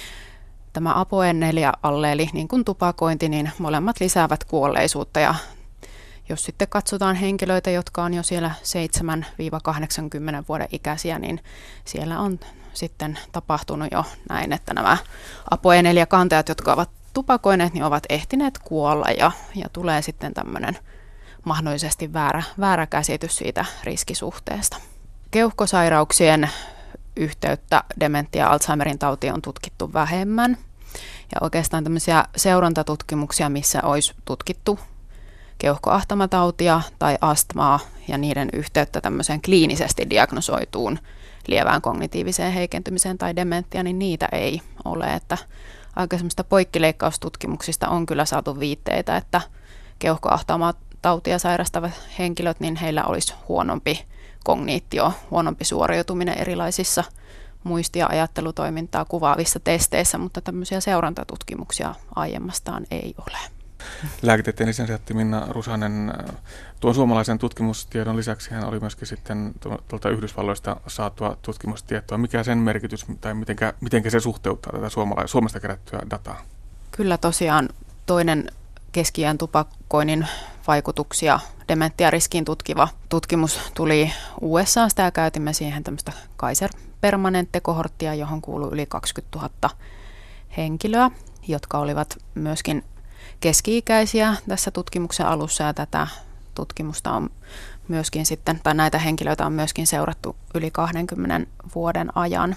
Tämä A P O E neljä-alleeli, niin kuin tupakointi, niin molemmat lisäävät kuolleisuutta. Ja jos sitten katsotaan henkilöitä, jotka on jo siellä seitsemän kahdeksankymmentä vuoden ikäisiä, niin siellä on sitten tapahtunut jo näin, että nämä A P O E neljä-kantajat, jotka ovat tupakoineet, niin ovat ehtineet kuolla ja, ja tulee sitten tämmöinen mahdollisesti väärä, väärä käsitys siitä riskisuhteesta. Keuhkosairauksien yhteyttä dementia- ja Alzheimerin tautiin on tutkittu vähemmän. Ja oikeastaan tämmöisiä seurantatutkimuksia, missä olisi tutkittu keuhkoahtamatautia tai astmaa ja niiden yhteyttä tämmöiseen kliinisesti diagnosoituun lievään kognitiiviseen heikentymiseen tai dementiaan, niin niitä ei ole. Että aika semmoista poikkileikkaustutkimuksista on kyllä saatu viitteitä, että keuhkoahtamatautia sairastavat henkilöt, niin heillä olisi huonompi kogniitio, huonompi suoriutuminen erilaisissa muisti- ja ajattelutoimintaa kuvaavissa testeissä, mutta tämmöisiä seurantatutkimuksia aiemmastaan ei ole. Lääketieteen lisensiaatti Minna Rusanen, tuon suomalaisen tutkimustiedon lisäksi hän oli myöskin sitten tuolta Yhdysvalloista saatua tutkimustietoa. Mikä sen merkitys tai mitenkä, mitenkä se suhteuttaa tätä suomala- Suomesta kerättyä dataa? Kyllä tosiaan toinen keski-iän tupakoinnin vaikutuksia dementiariskiin tutkiva tutkimus tuli U S A:sta ja käytimme siihen tämmöistä Kaiser Permanente-kohorttia, johon kuului yli kaksikymmentätuhatta henkilöä, jotka olivat myöskin keski-ikäisiä tässä tutkimuksen alussa, ja tätä tutkimusta on myöskin sitten, tai näitä henkilöitä on myöskin seurattu yli kahdenkymmenen vuoden ajan.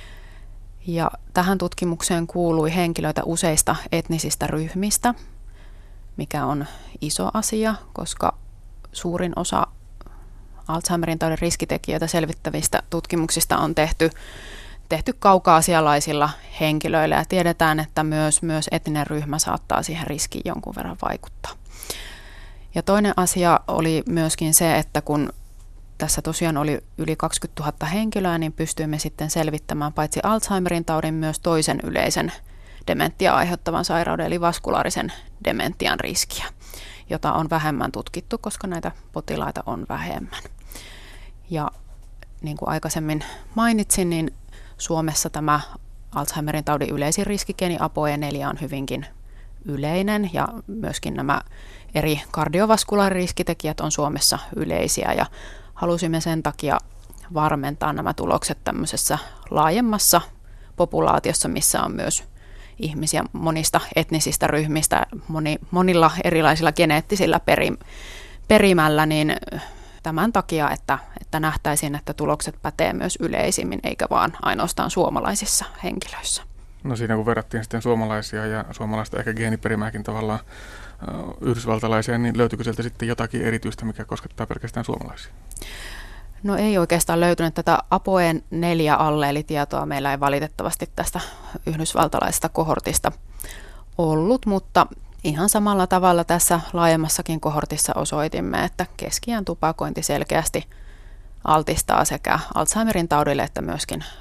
Ja tähän tutkimukseen kuului henkilöitä useista etnisistä ryhmistä, mikä on iso asia, koska suurin osa Alzheimerin taudin riskitekijöitä selvittävistä tutkimuksista on tehty, tehty kaukaasialaisilla henkilöillä, ja tiedetään, että myös, myös etninen ryhmä saattaa siihen riskiin jonkun verran vaikuttaa. Ja toinen asia oli myöskin se, että kun tässä tosiaan oli yli kaksikymmentätuhatta henkilöä, niin pystyimme sitten selvittämään paitsi Alzheimerin taudin myös toisen yleisen dementia aiheuttavan sairauden, eli vaskulaarisen dementian riskiä, jota on vähemmän tutkittu, koska näitä potilaita on vähemmän. Ja niin kuin aikaisemmin mainitsin, niin Suomessa tämä Alzheimerin taudin yleisin riskigeeni A P O E neljä on hyvinkin yleinen, ja myöskin nämä eri kardiovaskulaririskitekijät on Suomessa yleisiä, ja halusimme sen takia varmentaa nämä tulokset tämmöisessä laajemmassa populaatiossa, missä on myös ihmisiä monista etnisistä ryhmistä, moni, monilla erilaisilla geneettisillä perim, perimällä, niin tämän takia, että, että nähtäisiin, että tulokset pätee myös yleisimmin, eikä vaan ainoastaan suomalaisissa henkilöissä. No siinä kun verrattiin sitten suomalaisia ja suomalaista ehkä geeniperimääkin tavallaan yhdysvaltalaisia, niin löytyykö sieltä sitten jotakin erityistä, mikä koskettaa pelkästään suomalaisia? No ei oikeastaan löytynyt tätä A P O E neljä-alleelitietoa. Meillä ei valitettavasti tästä yhdysvaltalaisesta kohortista ollut, mutta ihan samalla tavalla tässä laajemmassakin kohortissa osoitimme, että keski-iän tupakointi selkeästi altistaa sekä Alzheimerin taudille että myöskin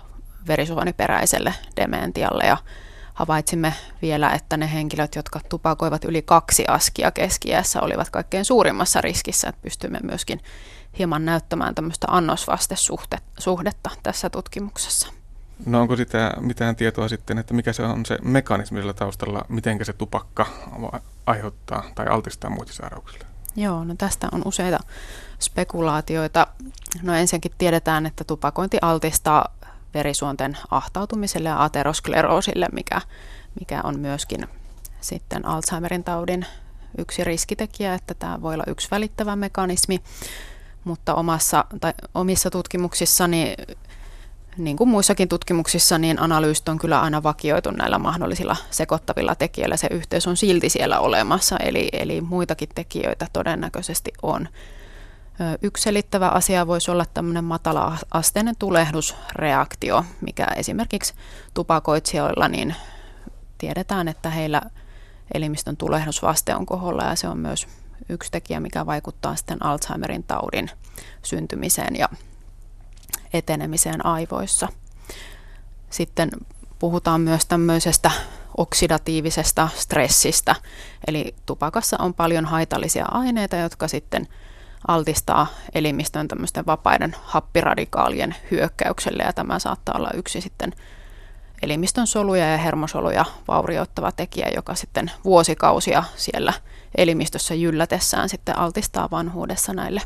verisuoniperäiselle dementialle ja havaitsimme vielä, että ne henkilöt, jotka tupakoivat yli kaksi askia keski-iässä, olivat kaikkein suurimmassa riskissä, että pystymme myöskin hieman näyttämään tämmöistä annosvastesuhdetta tässä tutkimuksessa. No onko sitä mitään tietoa sitten, että mikä se on se mekanismi sillä taustalla, miten se tupakka aiheuttaa tai altistaa muistisairauksille? Joo, no tästä on useita spekulaatioita. No ensinnäkin tiedetään, että tupakointi altistaa verisuonten ahtautumiselle ja ateroskleroosille, mikä, mikä on myöskin sitten Alzheimerin taudin yksi riskitekijä, että tämä voi olla yksi välittävä mekanismi, mutta omassa, tai omissa tutkimuksissani, niin kuin muissakin tutkimuksissa, niin analyysit on kyllä aina vakioitu näillä mahdollisilla sekoittavilla tekijöillä. Se yhteys on silti siellä olemassa, eli, eli muitakin tekijöitä todennäköisesti on. Yksi selittävä asia voisi olla tämmöinen matala-asteinen tulehdusreaktio, mikä esimerkiksi tupakoitsijoilla niin tiedetään, että heillä elimistön tulehdusvaste on koholla ja se on myös yksi tekijä, mikä vaikuttaa sitten Alzheimerin taudin syntymiseen ja etenemiseen aivoissa. Sitten puhutaan myös tämmöisestä oksidatiivisesta stressistä, eli tupakassa on paljon haitallisia aineita, jotka sitten altistaa elimistön tämmöisten vapaiden happiradikaalien hyökkäykselle, ja tämä saattaa olla yksi sitten elimistön soluja ja hermosoluja vaurioittava tekijä, joka sitten vuosikausia siellä elimistössä jyllätessään sitten altistaa vanhuudessa näille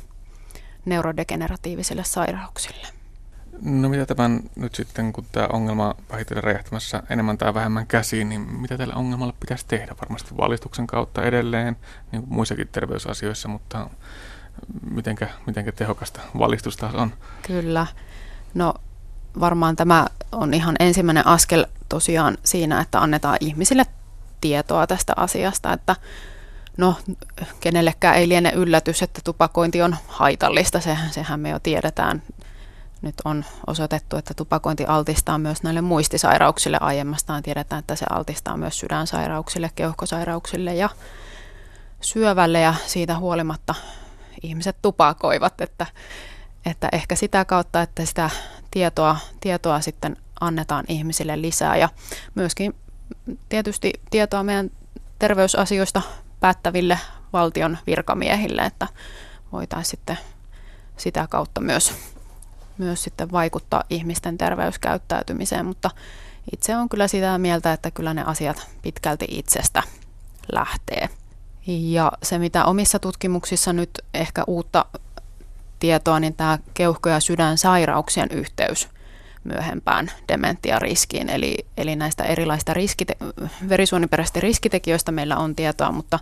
neurodegeneratiivisille sairauksille. No mitä tämän nyt sitten, kun tämä ongelma vähitellen räjähtämässä enemmän tai vähemmän käsiin, niin mitä tällä ongelmalla pitäisi tehdä? Varmasti valistuksen kautta edelleen, niin kuin muissakin terveysasioissa, mutta mitenkä, mitenkä tehokasta valistusta on? Kyllä. No varmaan tämä on ihan ensimmäinen askel tosiaan siinä, että annetaan ihmisille tietoa tästä asiasta, että no kenellekään ei liene yllätys, että tupakointi on haitallista, sehän, sehän me jo tiedetään. Nyt on osoitettu, että tupakointi altistaa myös näille muistisairauksille. Aiemmastaan tiedetään, että se altistaa myös sydänsairauksille, keuhkosairauksille ja syövälle, ja siitä huolimatta ihmiset tupakoivat, että, että ehkä sitä kautta, että sitä tietoa, tietoa sitten annetaan ihmisille lisää ja myöskin tietysti tietoa meidän terveysasioista päättäville valtion virkamiehille, että voitaisiin sitten sitä kautta myös, myös sitten vaikuttaa ihmisten terveyskäyttäytymiseen, mutta itse on kyllä sitä mieltä, että kyllä ne asiat pitkälti itsestä lähtee. Ja se, mitä omissa tutkimuksissa nyt ehkä uutta tietoa, niin tämä keuhko- ja sydänsairauksien yhteys myöhempään dementiariskiin. Eli, eli näistä erilaisista riskite- verisuoniperäisistä riskitekijöistä meillä on tietoa, mutta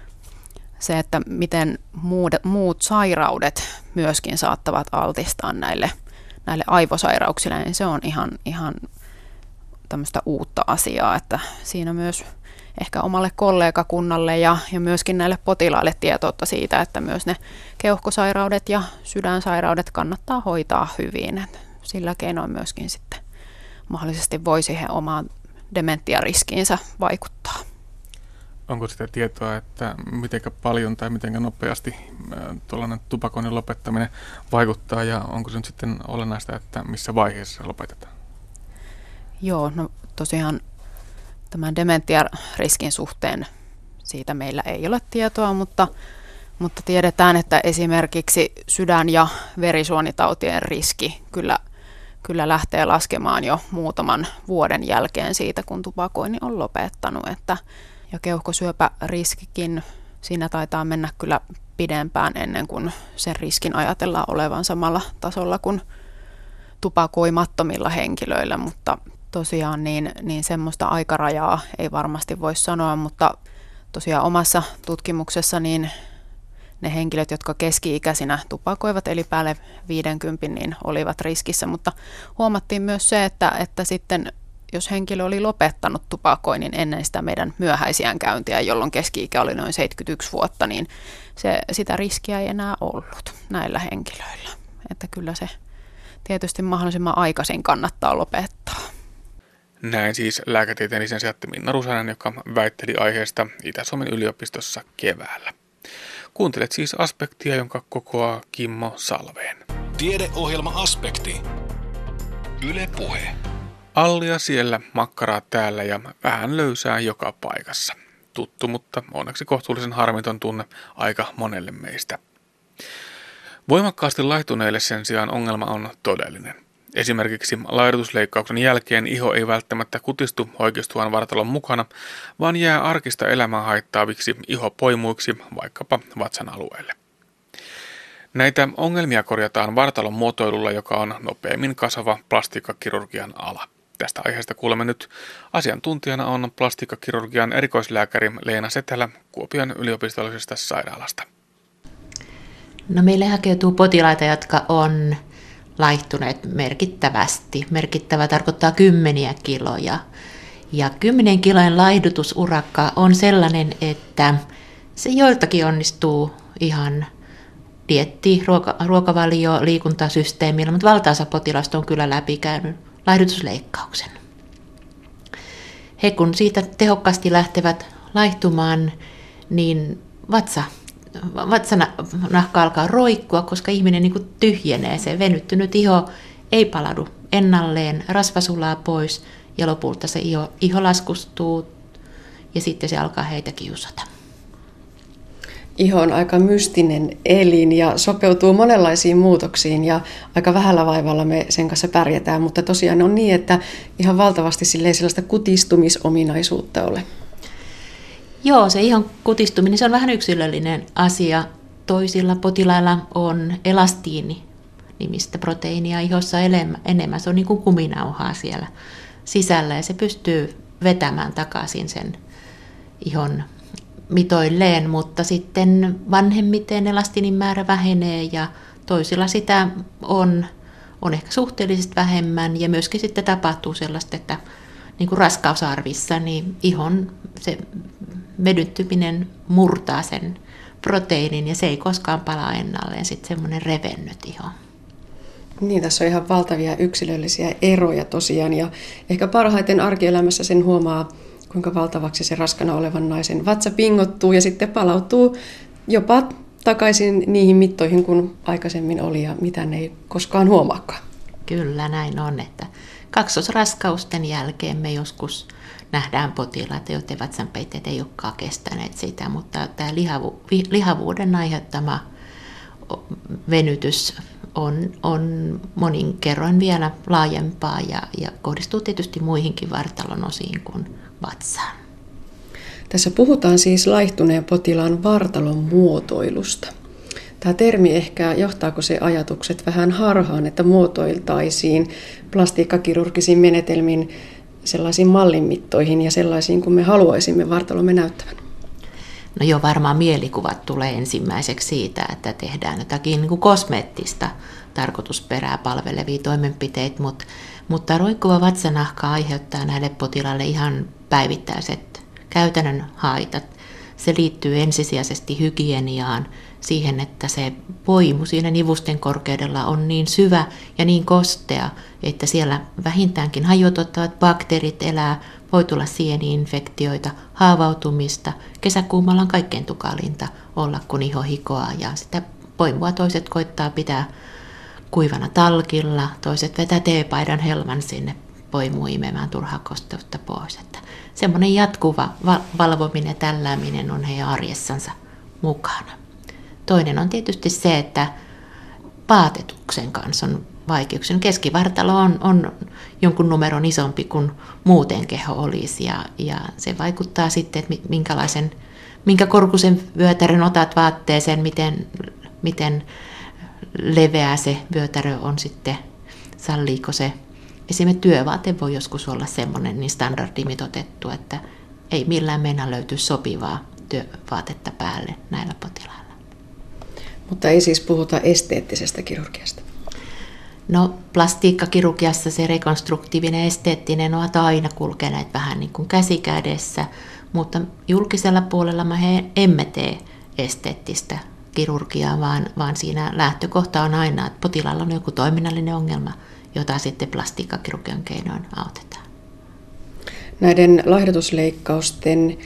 se, että miten muut, muut sairaudet myöskin saattavat altistaa näille, näille aivosairauksille, niin se on ihan, ihan tämmöistä uutta asiaa, että siinä myös ehkä omalle kollegakunnalle ja, ja myöskin näille potilaille tietoutta siitä, että myös ne keuhkosairaudet ja sydänsairaudet kannattaa hoitaa hyvin. Et sillä keinoin myöskin sitten mahdollisesti voi siihen omaan dementiariskiinsä vaikuttaa. Onko sitä tietoa, että miten paljon tai miten nopeasti tuollainen tupakoinnin lopettaminen vaikuttaa, ja onko se nyt sitten olennaista, että missä vaiheessa se lopetetaan? Joo, no tosiaan tämän dementiariskin suhteen siitä meillä ei ole tietoa, mutta, mutta tiedetään, että esimerkiksi sydän- ja verisuonitautien riski kyllä, kyllä lähtee laskemaan jo muutaman vuoden jälkeen siitä, kun tupakoinnin on lopettanut. Että, ja keuhkosyöpäriskikin, siinä taitaa mennä kyllä pidempään ennen kuin sen riskin ajatellaan olevan samalla tasolla kuin tupakoimattomilla henkilöillä, mutta tosiaan niin, niin semmoista aikarajaa ei varmasti voi sanoa, mutta tosiaan omassa tutkimuksessa niin ne henkilöt, jotka keski-ikäisinä tupakoivat, eli päälle viisikymmentä, niin olivat riskissä, mutta huomattiin myös se, että, että sitten jos henkilö oli lopettanut tupakoinnin ennen sitä meidän myöhäisiän käyntiä, jolloin keski-ikä oli noin seitsemänkymmentäyksi vuotta, niin se, sitä riskiä ei enää ollut näillä henkilöillä. Että kyllä se tietysti mahdollisimman aikaisin kannattaa lopettaa. Näin siis lääketieteen lisensiaatti Minna Rusanen, joka väitteli aiheesta Itä-Suomen yliopistossa keväällä. Kuuntelet siis Aspektia, jonka kokoaa Kimmo Salveen. Tiedeohjelma Aspekti. Yle Puhe. Allia siellä, makkaraa täällä ja vähän löysää joka paikassa. Tuttu, mutta onneksi kohtuullisen harmiton tunne aika monelle meistä. Voimakkaasti laihtuneille sen sijaan ongelma on todellinen. Esimerkiksi laihdutusleikkauksen jälkeen iho ei välttämättä kutistu hoikistuvan vartalon mukana, vaan jää arkista elämää haittaaviksi ihopoimuiksi vaikkapa vatsan alueelle. Näitä ongelmia korjataan vartalon muotoilulla, joka on nopeammin kasvava plastiikkakirurgian ala. Tästä aiheesta kuulemme nyt. Asiantuntijana on plastiikkakirurgian erikoislääkäri Leena Setälä Kuopion yliopistollisesta sairaalasta. No meille hakeutuu potilaita, jotka on laihtuneet merkittävästi. Merkittävä tarkoittaa kymmeniä kiloja. Ja kymmenien kilojen laihdutusurakka on sellainen, että se joiltakin onnistuu ihan dieetti, ruoka, ruokavalio, liikuntasysteemillä, mutta valtaosa potilasta on kyllä läpikäynyt laihdutusleikkauksen. He kun siitä tehokkaasti lähtevät laihtumaan, niin vatsa, vatsanahka alkaa roikkua, koska ihminen niin kuin tyhjenee. Se venyttynyt iho ei palaudu ennalleen, rasva sulaa pois ja lopulta se iho, iho laskustuu ja sitten se alkaa heitä kiusata. Iho on aika mystinen elin ja sopeutuu monenlaisiin muutoksiin ja aika vähällä vaivalla me sen kanssa pärjätään, mutta tosiaan on niin, että ihan valtavasti sellaista kutistumisominaisuutta ole. Joo, se ihon kutistuminen se on vähän yksilöllinen asia. Toisilla potilailla on elastiini nimistä proteiinia ihossa enemmän. Se on niin kuin kuminauhaa siellä sisällä ja se pystyy vetämään takaisin sen ihon mitoilleen, mutta sitten vanhemmiten elastinin määrä vähenee ja toisilla sitä on, on ehkä suhteellisesti vähemmän ja myöskin sitten tapahtuu sellaista, että niin kuin raskausarvissa niin ihon se vedyttyminen murtaa sen proteiinin ja se ei koskaan palaa ennalleen, sitten semmoinen revennyt iho. Niin, tässä on ihan valtavia yksilöllisiä eroja tosiaan ja ehkä parhaiten arkielämässä sen huomaa, kuinka valtavaksi se raskana olevan naisen vatsa pingottuu ja sitten palautuu jopa takaisin niihin mittoihin, kuin aikaisemmin oli ja mitä ne ei koskaan huomaakaan. Kyllä näin on, että kaksosraskausten jälkeen me joskus nähdään potilaita, joiden vatsanpeitteet ei olekaan kestäneet sitä, mutta tämä lihavu, lihavuuden aiheuttama venytys on, on monin kerroin vielä laajempaa ja, ja kohdistuu tietysti muihinkin vartalon osiin kuin vatsaan. Tässä puhutaan siis laihtuneen potilaan vartalon muotoilusta. Tämä termi ehkä, johtaako se ajatukset vähän harhaan, että muotoiltaisiin plastiikkakirurgisiin menetelmiin sellaisiin mallinmittoihin ja sellaisiin, kuin me haluaisimme vartalomme näyttävän? No joo, varmaan mielikuvat tulee ensimmäiseksi siitä, että tehdään jotakin niin kuin kosmeettista tarkoitusperää palvelevia toimenpiteitä, mutta, mutta roikkuva vatsanahka aiheuttaa näille potilaille ihan päivittäiset käytännön haitat. Se liittyy ensisijaisesti hygieniaan, siihen, että se poimu siinä nivusten korkeudella on niin syvä ja niin kostea, että siellä vähintäänkin hajotuttavat bakteerit elää, voi tulla sieni-infektioita, haavautumista. Kesäkuumalla on kaikkein tukalinta olla, kun iho hikoaa ja sitä poimua toiset koittaa pitää kuivana talkilla, toiset vetää teepaidan helman sinne poimuun imemään turhaa kosteutta pois. Että semmoinen jatkuva valvominen ja tällääminen on heidän arjessansa mukana. Toinen on tietysti se, että vaatetuksen kanssa on vaikeuksia. Keskivartalo on, on jonkun numeron isompi kuin muuten keho olisi ja, ja se vaikuttaa sitten, että minkälaisen, minkä korkuisen vyötärön otat vaatteeseen, miten, miten leveä se vyötärö on sitten, salliiko se. Esimerkiksi työvaate voi joskus olla semmoinen niin standardimitoitettu, että ei millään mennä löytyy sopivaa työvaatetta päälle näillä potilailla. Mutta ei siis puhuta esteettisestä kirurgiasta. No plastiikkakirurgiassa se rekonstruktiivinen esteettinen ovat aina kulkeneet vähän niin kuin käsikädessä, mutta julkisella puolella me emme tee esteettistä kirurgiaa, vaan, vaan siinä lähtökohta on aina, että potilaalla on joku toiminnallinen ongelma, jota sitten plastiikkakirurgian keinoin autetaan. Näiden laihdutusleikkausten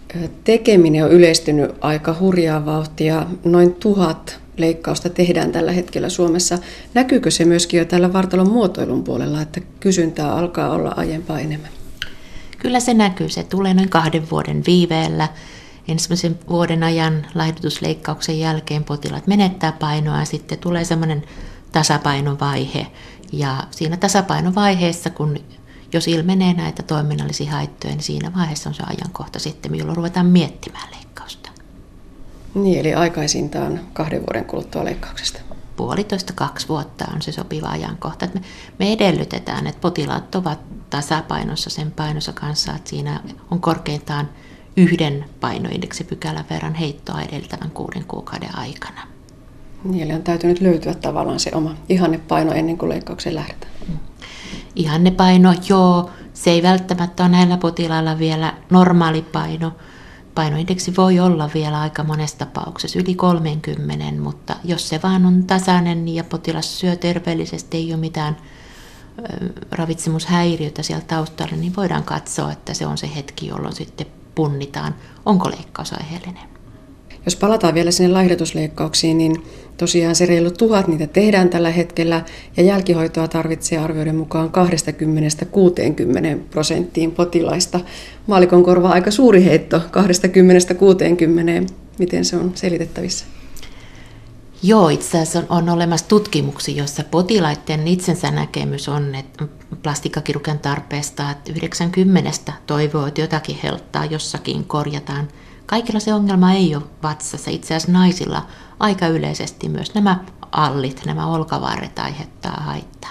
tekeminen on yleistynyt aika hurjaa vauhtia. Noin tuhat leikkausta tehdään tällä hetkellä Suomessa. Näkyykö se myöskin jo tällä vartalon muotoilun puolella, että kysyntää alkaa olla aiempaa enemmän? Kyllä se näkyy. Se tulee noin kahden vuoden viiveellä. Ensimmäisen vuoden ajan laihdutusleikkauksen jälkeen potilaat menettää painoa ja sitten tulee semmoinen tasapainovaihe. Ja siinä tasapainovaiheessa, kun jos ilmenee näitä toiminnallisia haittoja, niin siinä vaiheessa on se ajankohta sitten, jolloin ruvetaan miettimään leikkausta. Niin, eli aikaisintaan kahden vuoden kuluttua leikkauksesta. Puolitoista kaksi vuotta on se sopiva ajankohta. Me, me edellytetään, että potilaat ovat tasapainossa sen painonsa kanssa, että siinä on korkeintaan yhden painoindeksipykälän verran heittoa edeltävän kuuden kuukauden aikana. Niin, eli on täytynyt löytyä tavallaan se oma ihannepaino ennen kuin leikkaukseen lähdetään. Ihannepaino, joo, se ei välttämättä ole näillä potilailla vielä normaali paino. Painoindeksi voi olla vielä aika monessa tapauksessa yli kolmekymmentä, mutta jos se vaan on tasainen ja potilas syö terveellisesti, ei ole mitään ravitsemushäiriötä siellä taustalla, niin voidaan katsoa, että se on se hetki, jolloin sitten punnitaan, onko leikkaus aiheellinen. Jos palataan vielä sinne laihdutusleikkauksiin, niin tosiaan se reilu tuhat niitä tehdään tällä hetkellä ja jälkihoitoa tarvitsee arvioiden mukaan kaksikymmentä kuusikymmentä prosenttiin potilaista. Maallikon korva aika suuri heitto, kaksikymmentä kuusikymmentä. Miten se on selitettävissä? Joo, itse asiassa on, on olemassa tutkimuksia, joissa potilaiden itsensä näkemys on, että plastiikkakirurgian tarpeesta, että yhdeksänkymmentä toivoo, että jotakin helttaa, jossakin korjataan. Kaikilla se ongelma ei ole vatsassa. Itse asiassa naisilla aika yleisesti myös nämä allit, nämä olkavarret aiheuttaa haittaa.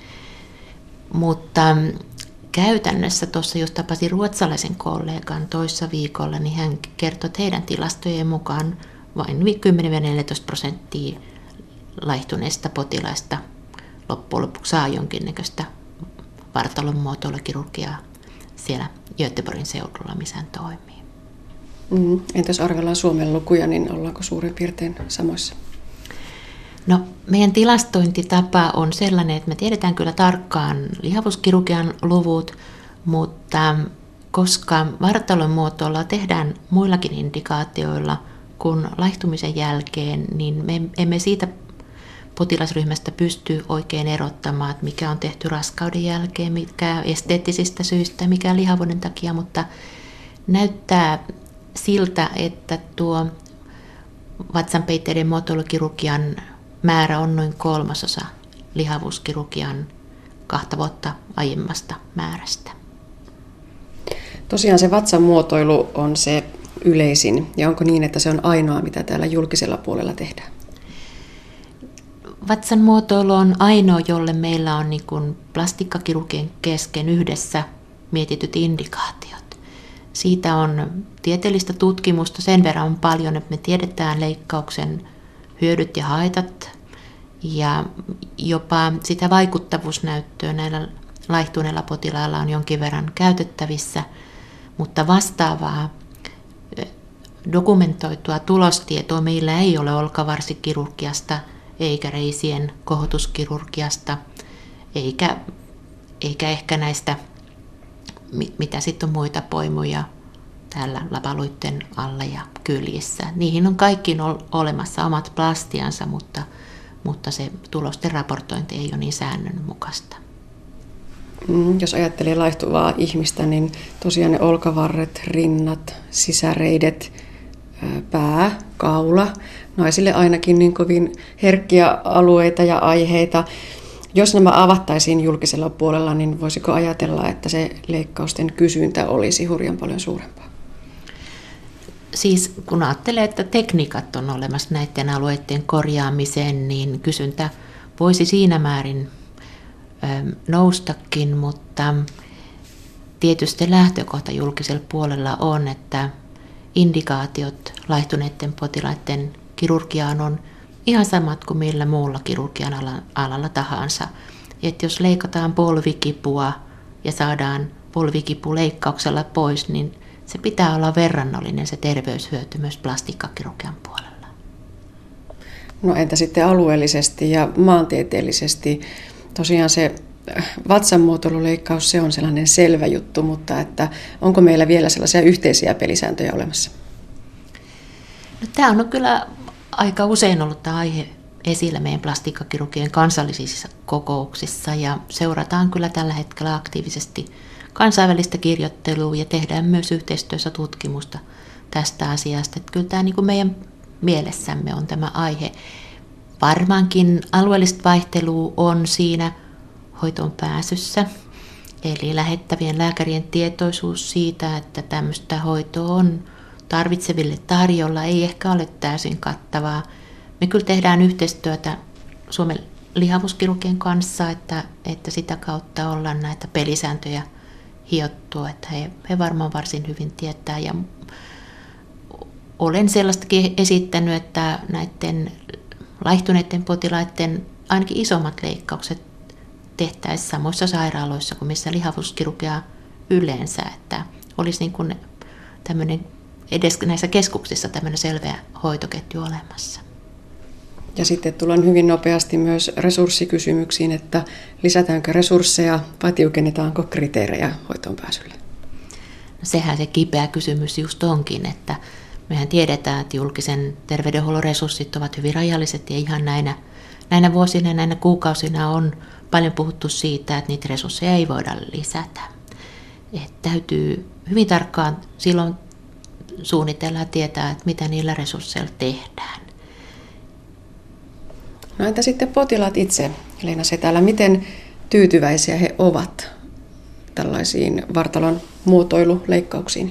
Mutta käytännössä tuossa, jos tapasin ruotsalaisen kollegan toissa viikolla, niin hän kertoi, että heidän tilastojen mukaan vain kymmenen neljätoista prosenttia laihtuneista potilaista loppujen lopuksi saa jonkinnäköistä vartalon muotoilukirurgiaa siellä Göteborgin seudulla, missä hän toimii. Mm. Entäs arvellaan Suomen lukuja, niin ollaanko suurin piirtein samoissa? No, meidän tilastointitapa on sellainen, että me tiedetään kyllä tarkkaan lihavuuskirurgian luvut, mutta koska vartalon muotoilua tehdään muillakin indikaatioilla kuin laihtumisen jälkeen, niin me emme siitä potilasryhmästä pysty oikein erottamaan, että mikä on tehty raskauden jälkeen, mikä esteettisistä syistä, mikä lihavuuden takia, mutta näyttää siltä, että tuo vatsanpeitteiden muotoilukirurgian määrä on noin kolmasosa lihavuuskirurgian kahta vuotta aiemmasta määrästä. Tosiaan se vatsan muotoilu on se yleisin, ja onko niin, että se on ainoa, mitä täällä julkisella puolella tehdään? Vatsan muotoilu on ainoa, jolle meillä on niin kuin plastiikkakirurgien kesken yhdessä mietityt indikaatiot. Siitä on tieteellistä tutkimusta sen verran paljon, että me tiedetään leikkauksen hyödyt ja haitat ja jopa sitä vaikuttavuusnäyttöä näillä laihtuneilla potilailla on jonkin verran käytettävissä, mutta vastaavaa dokumentoitua tulostietoa meillä ei ole olkavarsikirurgiasta eikä reisien kohotuskirurgiasta eikä, eikä ehkä näistä, mitä sitten on muita poimuja täällä lapaluitten alla ja kyljissä. Niihin on kaikkiin olemassa omat plastiansa, mutta, mutta se tulosten raportointi ei ole niin säännönmukaista. Mm, jos ajattelee laihtuvaa ihmistä, niin tosiaan ne olkavarret, rinnat, sisäreidet, pää, kaula, naisille ainakin niin kovin herkkiä alueita ja aiheita. Jos nämä avattaisiin julkisella puolella, niin voisiko ajatella, että se leikkausten kysyntä olisi hurjan paljon suurempaa? Siis kun ajattelee, että tekniikat on olemassa näiden alueiden korjaamiseen, niin kysyntä voisi siinä määrin noustakin, mutta tietysti lähtökohta julkisella puolella on, että indikaatiot laihtuneiden potilaiden kirurgiaan on ihan samat kuin millä muulla kirurgian alalla tahansa. Että jos leikataan polvikipua ja saadaan polvikipu leikkauksella pois, niin se pitää olla verrannollinen se terveyshyöty myös plastiikkakirurgian puolella. No entä sitten alueellisesti ja maantieteellisesti? Tosiaan se vatsanmuotoiluleikkaus, se on sellainen selvä juttu, mutta että onko meillä vielä sellaisia yhteisiä pelisääntöjä olemassa? No, tämä on kyllä aika usein ollut tämä aihe esillä meidän plastiikkakirurgien kansallisissa kokouksissa ja seurataan kyllä tällä hetkellä aktiivisesti kansainvälistä kirjoittelua ja tehdään myös yhteistyössä tutkimusta tästä asiasta. Että kyllä tämä niin kuin meidän mielessämme on tämä aihe. Varmaankin alueellista vaihtelua on siinä hoitoon pääsyssä, eli lähettävien lääkärien tietoisuus siitä, että tämmöistä hoitoa on tarvitseville tarjolla, ei ehkä ole täysin kattavaa. Me kyllä tehdään yhteistyötä Suomen lihavuuskirurgien kanssa, että, että sitä kautta ollaan näitä pelisääntöjä hiottua, että he, he varmaan varsin hyvin tietää. Ja olen sellaistakin esittänyt, että näiden laihtuneiden potilaiden ainakin isommat leikkaukset tehtäisiin samoissa sairaaloissa kuin missä lihavuuskirurgia yleensä, että olisi niin kuin tämmöinen, edes näissä keskuksissa tämmöinen selveä hoitoketju olemassa. Ja sitten tullaan hyvin nopeasti myös resurssikysymyksiin, että lisätäänkö resursseja vai tiukennetaanko kriteerejä hoitoon pääsylle? No sehän se kipeä kysymys just onkin, että mehän tiedetään, että julkisen terveydenhuollon resurssit ovat hyvin rajalliset ja ihan näinä, näinä vuosina ja näinä kuukausina on paljon puhuttu siitä, että niitä resursseja ei voida lisätä. Että täytyy hyvin tarkkaan silloin suunnitella ja tietää, että mitä niillä resursseilla tehdään. No entä sitten potilaat itse, Leena Setälä, miten tyytyväisiä he ovat tällaisiin vartalon muotoiluleikkauksiin?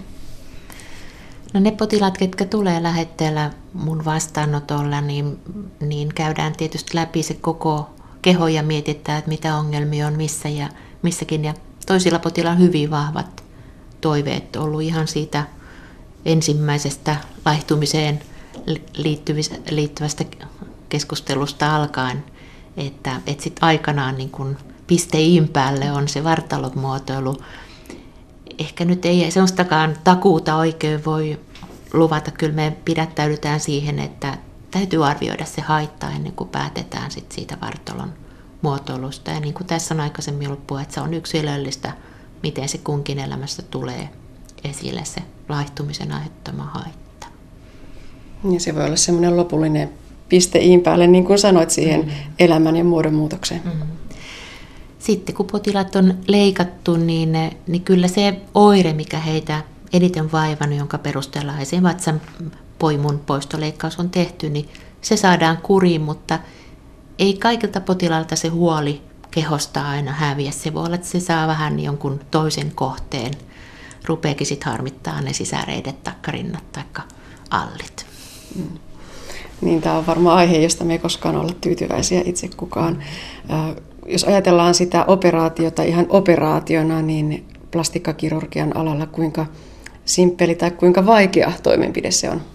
No ne potilaat, ketkä tulee lähetteellä mun vastaanotolla, niin, niin käydään tietysti läpi se koko keho ja mietitään, että mitä ongelmia on missä ja missäkin. Ja toisilla potilailla on hyvin vahvat toiveet ollut ihan siitä ensimmäisestä laihtumiseen liittyvästä keskustelusta alkaen, että, että sitten aikanaan niin kun piste iin päälle on se vartalomuotoilu. Ehkä nyt ei sellaistakaan takuuta oikein voi luvata. Kyllä me pidättäydytään siihen, että täytyy arvioida se haitta ennen kuin päätetään sit siitä vartalon muotoilusta. Ja niin kuin tässä on aikaisemmin ollut puhe, että se on yksilöllistä, miten se kunkin elämässä tulee esille se laihtumisen aiheuttama haitta. Ja se voi olla semmoinen lopullinen piste iin päälle, niin kuin sanoit, siihen mm-hmm. elämän ja muodonmuutokseen. Mm-hmm. Sitten kun potilaat on leikattu, niin, niin kyllä se oire, mikä heitä eniten vaivannut, jonka perusteella sen vatsan poimun poistoleikkaus on tehty, niin se saadaan kuriin, mutta ei kaikilta potilailta se huoli kehosta aina häviä. Se voi olla, että se saa vähän jonkun toisen kohteen. Rupeekin sitten harmittaa ne sisäreidet, taikka rinnat, taikka allit. Mm. Niin, tämä on varmaan aihe, josta me ei koskaan olla tyytyväisiä itse kukaan. Äh, jos ajatellaan sitä operaatiota ihan operaationa, niin plastiikkakirurgian alalla kuinka simppeli tai kuinka vaikea toimenpide se on?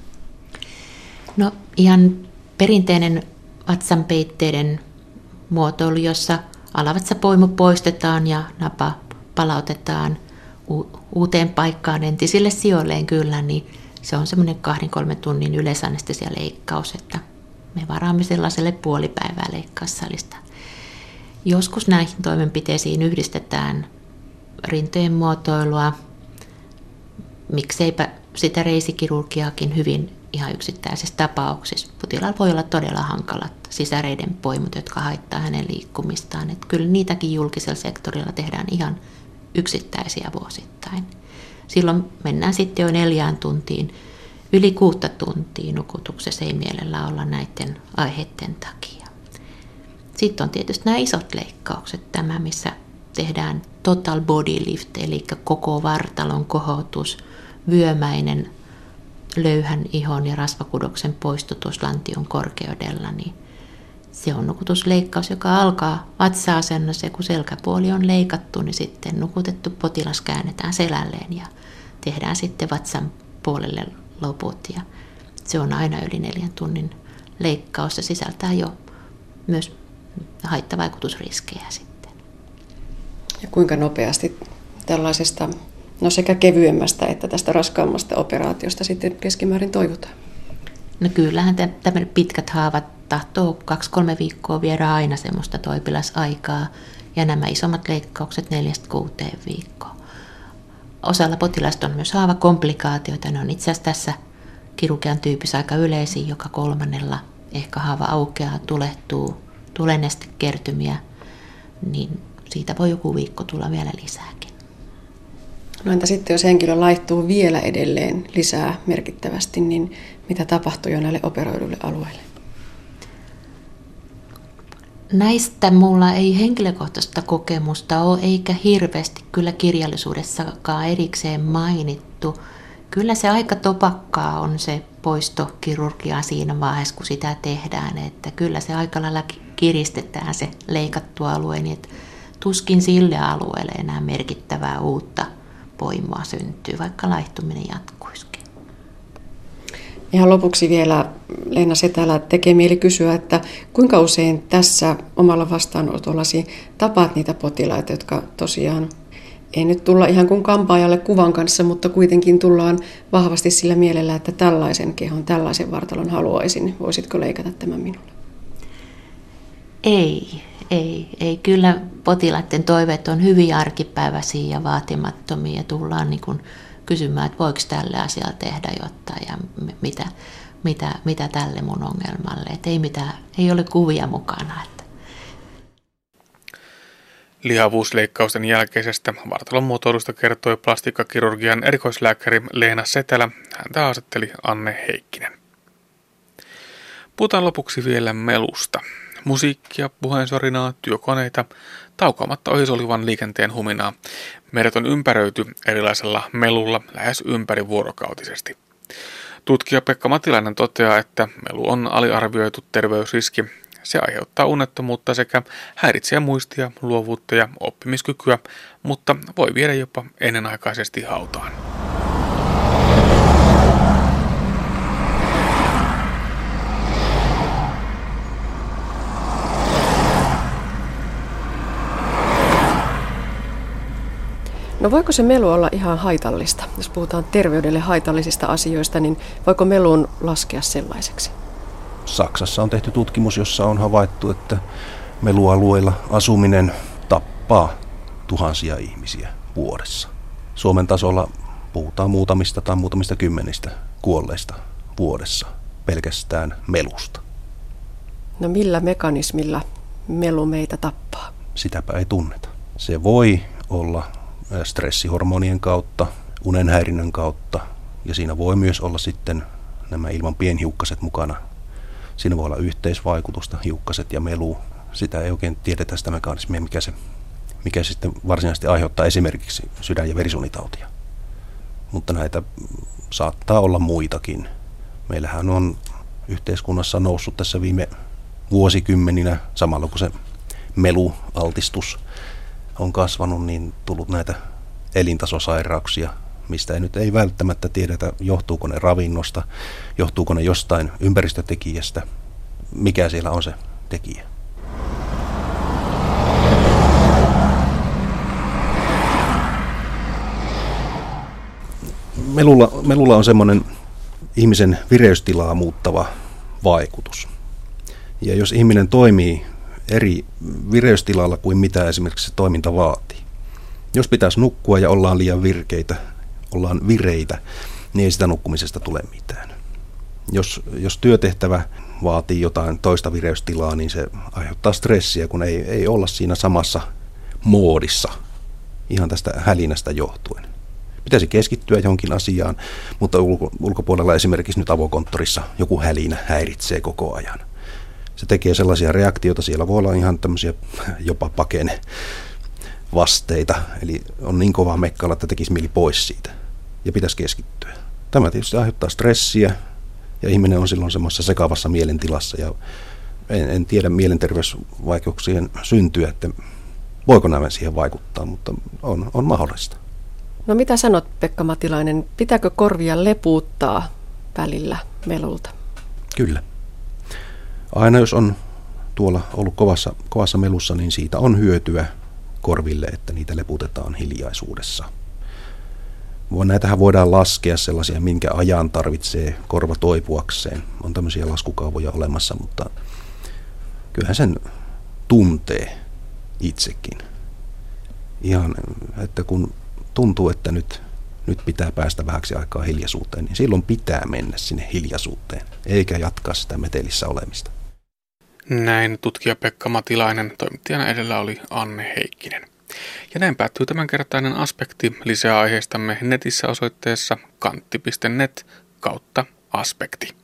No ihan perinteinen vatsanpeitteiden muotoilu, jossa alavatsapoimu poistetaan ja napa palautetaan u- uuteen paikkaan entisille sijoilleen kyllä, niin se on semmoinen kahden kolmen tunnin yleisanestesialeikkaus, että me varaamme sellaiselle puolipäivää leikkaussalista. Joskus näihin toimenpiteisiin yhdistetään rintojen muotoilua, mikseipä sitä reisikirurgiaakin hyvin ihan yksittäisissä tapauksissa. Potilaalla voi olla todella hankalat sisäreiden poimut, jotka haittaa hänen liikkumistaan. Että kyllä niitäkin julkisella sektorilla tehdään ihan yksittäisiä vuosittain. Silloin mennään sitten jo neljään tuntiin, yli kuutta tuntia nukutuksessa ei mielellä olla näiden aiheiden takia. Sitten on tietysti nämä isot leikkaukset, tämä missä tehdään total body lift, eli koko vartalon kohotus, vyömäinen löyhän ihon ja rasvakudoksen poistutus lantion korkeudella, niin se on nukutusleikkaus, joka alkaa vatsa-asennossa, ja kun selkäpuoli on leikattu, niin sitten nukutettu potilas käännetään selälleen ja tehdään sitten vatsan puolelle loput. Ja se on aina yli neljän tunnin leikkaus ja sisältää jo myös haittavaikutusriskejä sitten. Ja kuinka nopeasti tällaisesta, no sekä kevyemmästä että tästä raskaammasta operaatiosta sitten keskimäärin toivotaan? No kyllähän tämmöiset pitkät haavat tahtoo kaksi kolme viikkoa viedä aina semmoista toipilasaikaa. ja nämä isommat leikkaukset neljästä kuuteen viikkoa. Osalla potilaista on myös haavakomplikaatioita. Ne on itse asiassa tässä kirurgian tyypissä aika yleisiä. Joka kolmannella ehkä haava aukeaa, tulehtuu, tulee nestekertymiä, niin siitä voi joku viikko tulla vielä lisääkin. No entä sitten, jos henkilö laihtuu vielä edelleen lisää merkittävästi, niin mitä tapahtuu jo näille operoiduille alueille? Näistä mulla ei henkilökohtaista kokemusta ole, eikä hirveästi kyllä kirjallisuudessakaan erikseen mainittu. Kyllä se aika topakkaa on se poistokirurgia siinä vaiheessa, kun sitä tehdään, että kyllä se aika lailla kiristetään se leikattu alue, niin että tuskin sille alueelle enää merkittävää uutta poimua syntyy, vaikka laihtuminen jatkuisikin. Ihan lopuksi vielä, Leena Setälä, tekee mieli kysyä, että kuinka usein tässä omalla vastaanotollasi tapaat niitä potilaita, jotka tosiaan ei nyt tulla ihan kuin kampaajalle kuvan kanssa, mutta kuitenkin tullaan vahvasti sillä mielellä, että tällaisen kehon, tällaisen vartalon haluaisin. Voisitko leikata tämän minulle? Ei, ei, ei. Kyllä potilaiden toiveet on hyvin arkipäiväisiä ja vaatimattomia ja tullaan niin kuin kysymään, että voiko tälle asialle tehdä jotain ja mitä, mitä, mitä tälle mun ongelmalle. Että ei, mitään, ei ole kuvia mukana. Että. Lihavuusleikkausten jälkeisestä vartalon muotoilusta kertoi plastiikkakirurgian erikoislääkäri Leena Setälä. Häntä haastatteli Anne Heikkinen. Puhutaan lopuksi vielä melusta. Musiikkia, puheensorinaa, työkoneita, taukoamatta ohisolivan liikenteen huminaa. Meidät on ympäröity erilaisella melulla lähes ympärivuorokautisesti. Tutkija Pekka Matilainen toteaa, että melu on aliarvioitu terveysriski. Se aiheuttaa unettomuutta sekä häiritsee muistia, luovuutta ja oppimiskykyä, mutta voi viedä jopa ennenaikaisesti hautaan. No voiko se melu olla ihan haitallista? Jos puhutaan terveydelle haitallisista asioista, niin voiko meluun laskea sellaiseksi? Saksassa on tehty tutkimus, jossa on havaittu, että melualueilla asuminen tappaa tuhansia ihmisiä vuodessa. Suomen tasolla puhutaan muutamista tai muutamista kymmenistä kuolleista vuodessa pelkästään melusta. No millä mekanismilla melu meitä tappaa? Sitäpä ei tunneta. Se voi olla stressihormonien kautta, unenhäirinnän kautta ja siinä voi myös olla sitten nämä ilman pienhiukkaset mukana. Siinä voi olla yhteisvaikutusta, hiukkaset ja melu. Sitä ei oikein tiedetä sitä mekanismia, mikä, se, mikä sitten varsinaisesti aiheuttaa esimerkiksi sydän- ja verisuonitautia. Mutta näitä saattaa olla muitakin. Meillähän on yhteiskunnassa noussut tässä viime vuosikymmeninä, samalla kun se melualtistus on kasvanut, niin tullut näitä elintasosairauksia, mistä ei nyt ei välttämättä tiedetä, johtuuko ne ravinnosta, johtuuko ne jostain ympäristötekijästä, mikä siellä on se tekijä. Melulla, melulla on semmoinen ihmisen vireystilaa muuttava vaikutus. Ja jos ihminen toimii eri vireystilalla kuin mitä esimerkiksi se toiminta vaatii. Jos pitäisi nukkua ja ollaan liian virkeitä, ollaan vireitä, niin ei sitä nukkumisesta tule mitään. Jos, jos työtehtävä vaatii jotain toista vireystilaa, niin se aiheuttaa stressiä, kun ei, ei olla siinä samassa moodissa ihan tästä hälinästä johtuen. Pitäisi keskittyä johonkin asiaan, mutta ulko, ulkopuolella esimerkiksi nyt avokonttorissa joku hälinä häiritsee koko ajan. Se tekee sellaisia reaktioita, siellä voi olla ihan tämmöisiä jopa pakene vasteita, eli on niin kova mekkala, että tekisi mieli pois siitä ja pitäisi keskittyä. Tämä tietysti aiheuttaa stressiä ja ihminen on silloin semmoisessa sekavassa mielentilassa ja en, en tiedä mielenterveysvaikeuksien syntyä, että voiko nämä siihen vaikuttaa, mutta on, on mahdollista. No mitä sanot, Pekka Matilainen, pitääkö korvia lepuuttaa välillä melulta? Kyllä. Aina jos on tuolla ollut kovassa, kovassa melussa, niin siitä on hyötyä korville, että niitä leputetaan hiljaisuudessa. Näitähän voidaan laskea sellaisia, minkä ajan tarvitsee korva toipuakseen. On tämmöisiä laskukaavoja olemassa, mutta kyllähän sen tuntee itsekin. Ihan, että kun tuntuu, että nyt, nyt pitää päästä vähäksi aikaa hiljaisuuteen, niin silloin pitää mennä sinne hiljaisuuteen, eikä jatkaa sitä metelissä olemista. Näin tutkija Pekka Matilainen, toimittajana edellä oli Anne Heikkinen. Ja näin päättyy tämänkertainen aspekti. Lisää aiheistamme netissä osoitteessa kantti piste net kautta aspekti.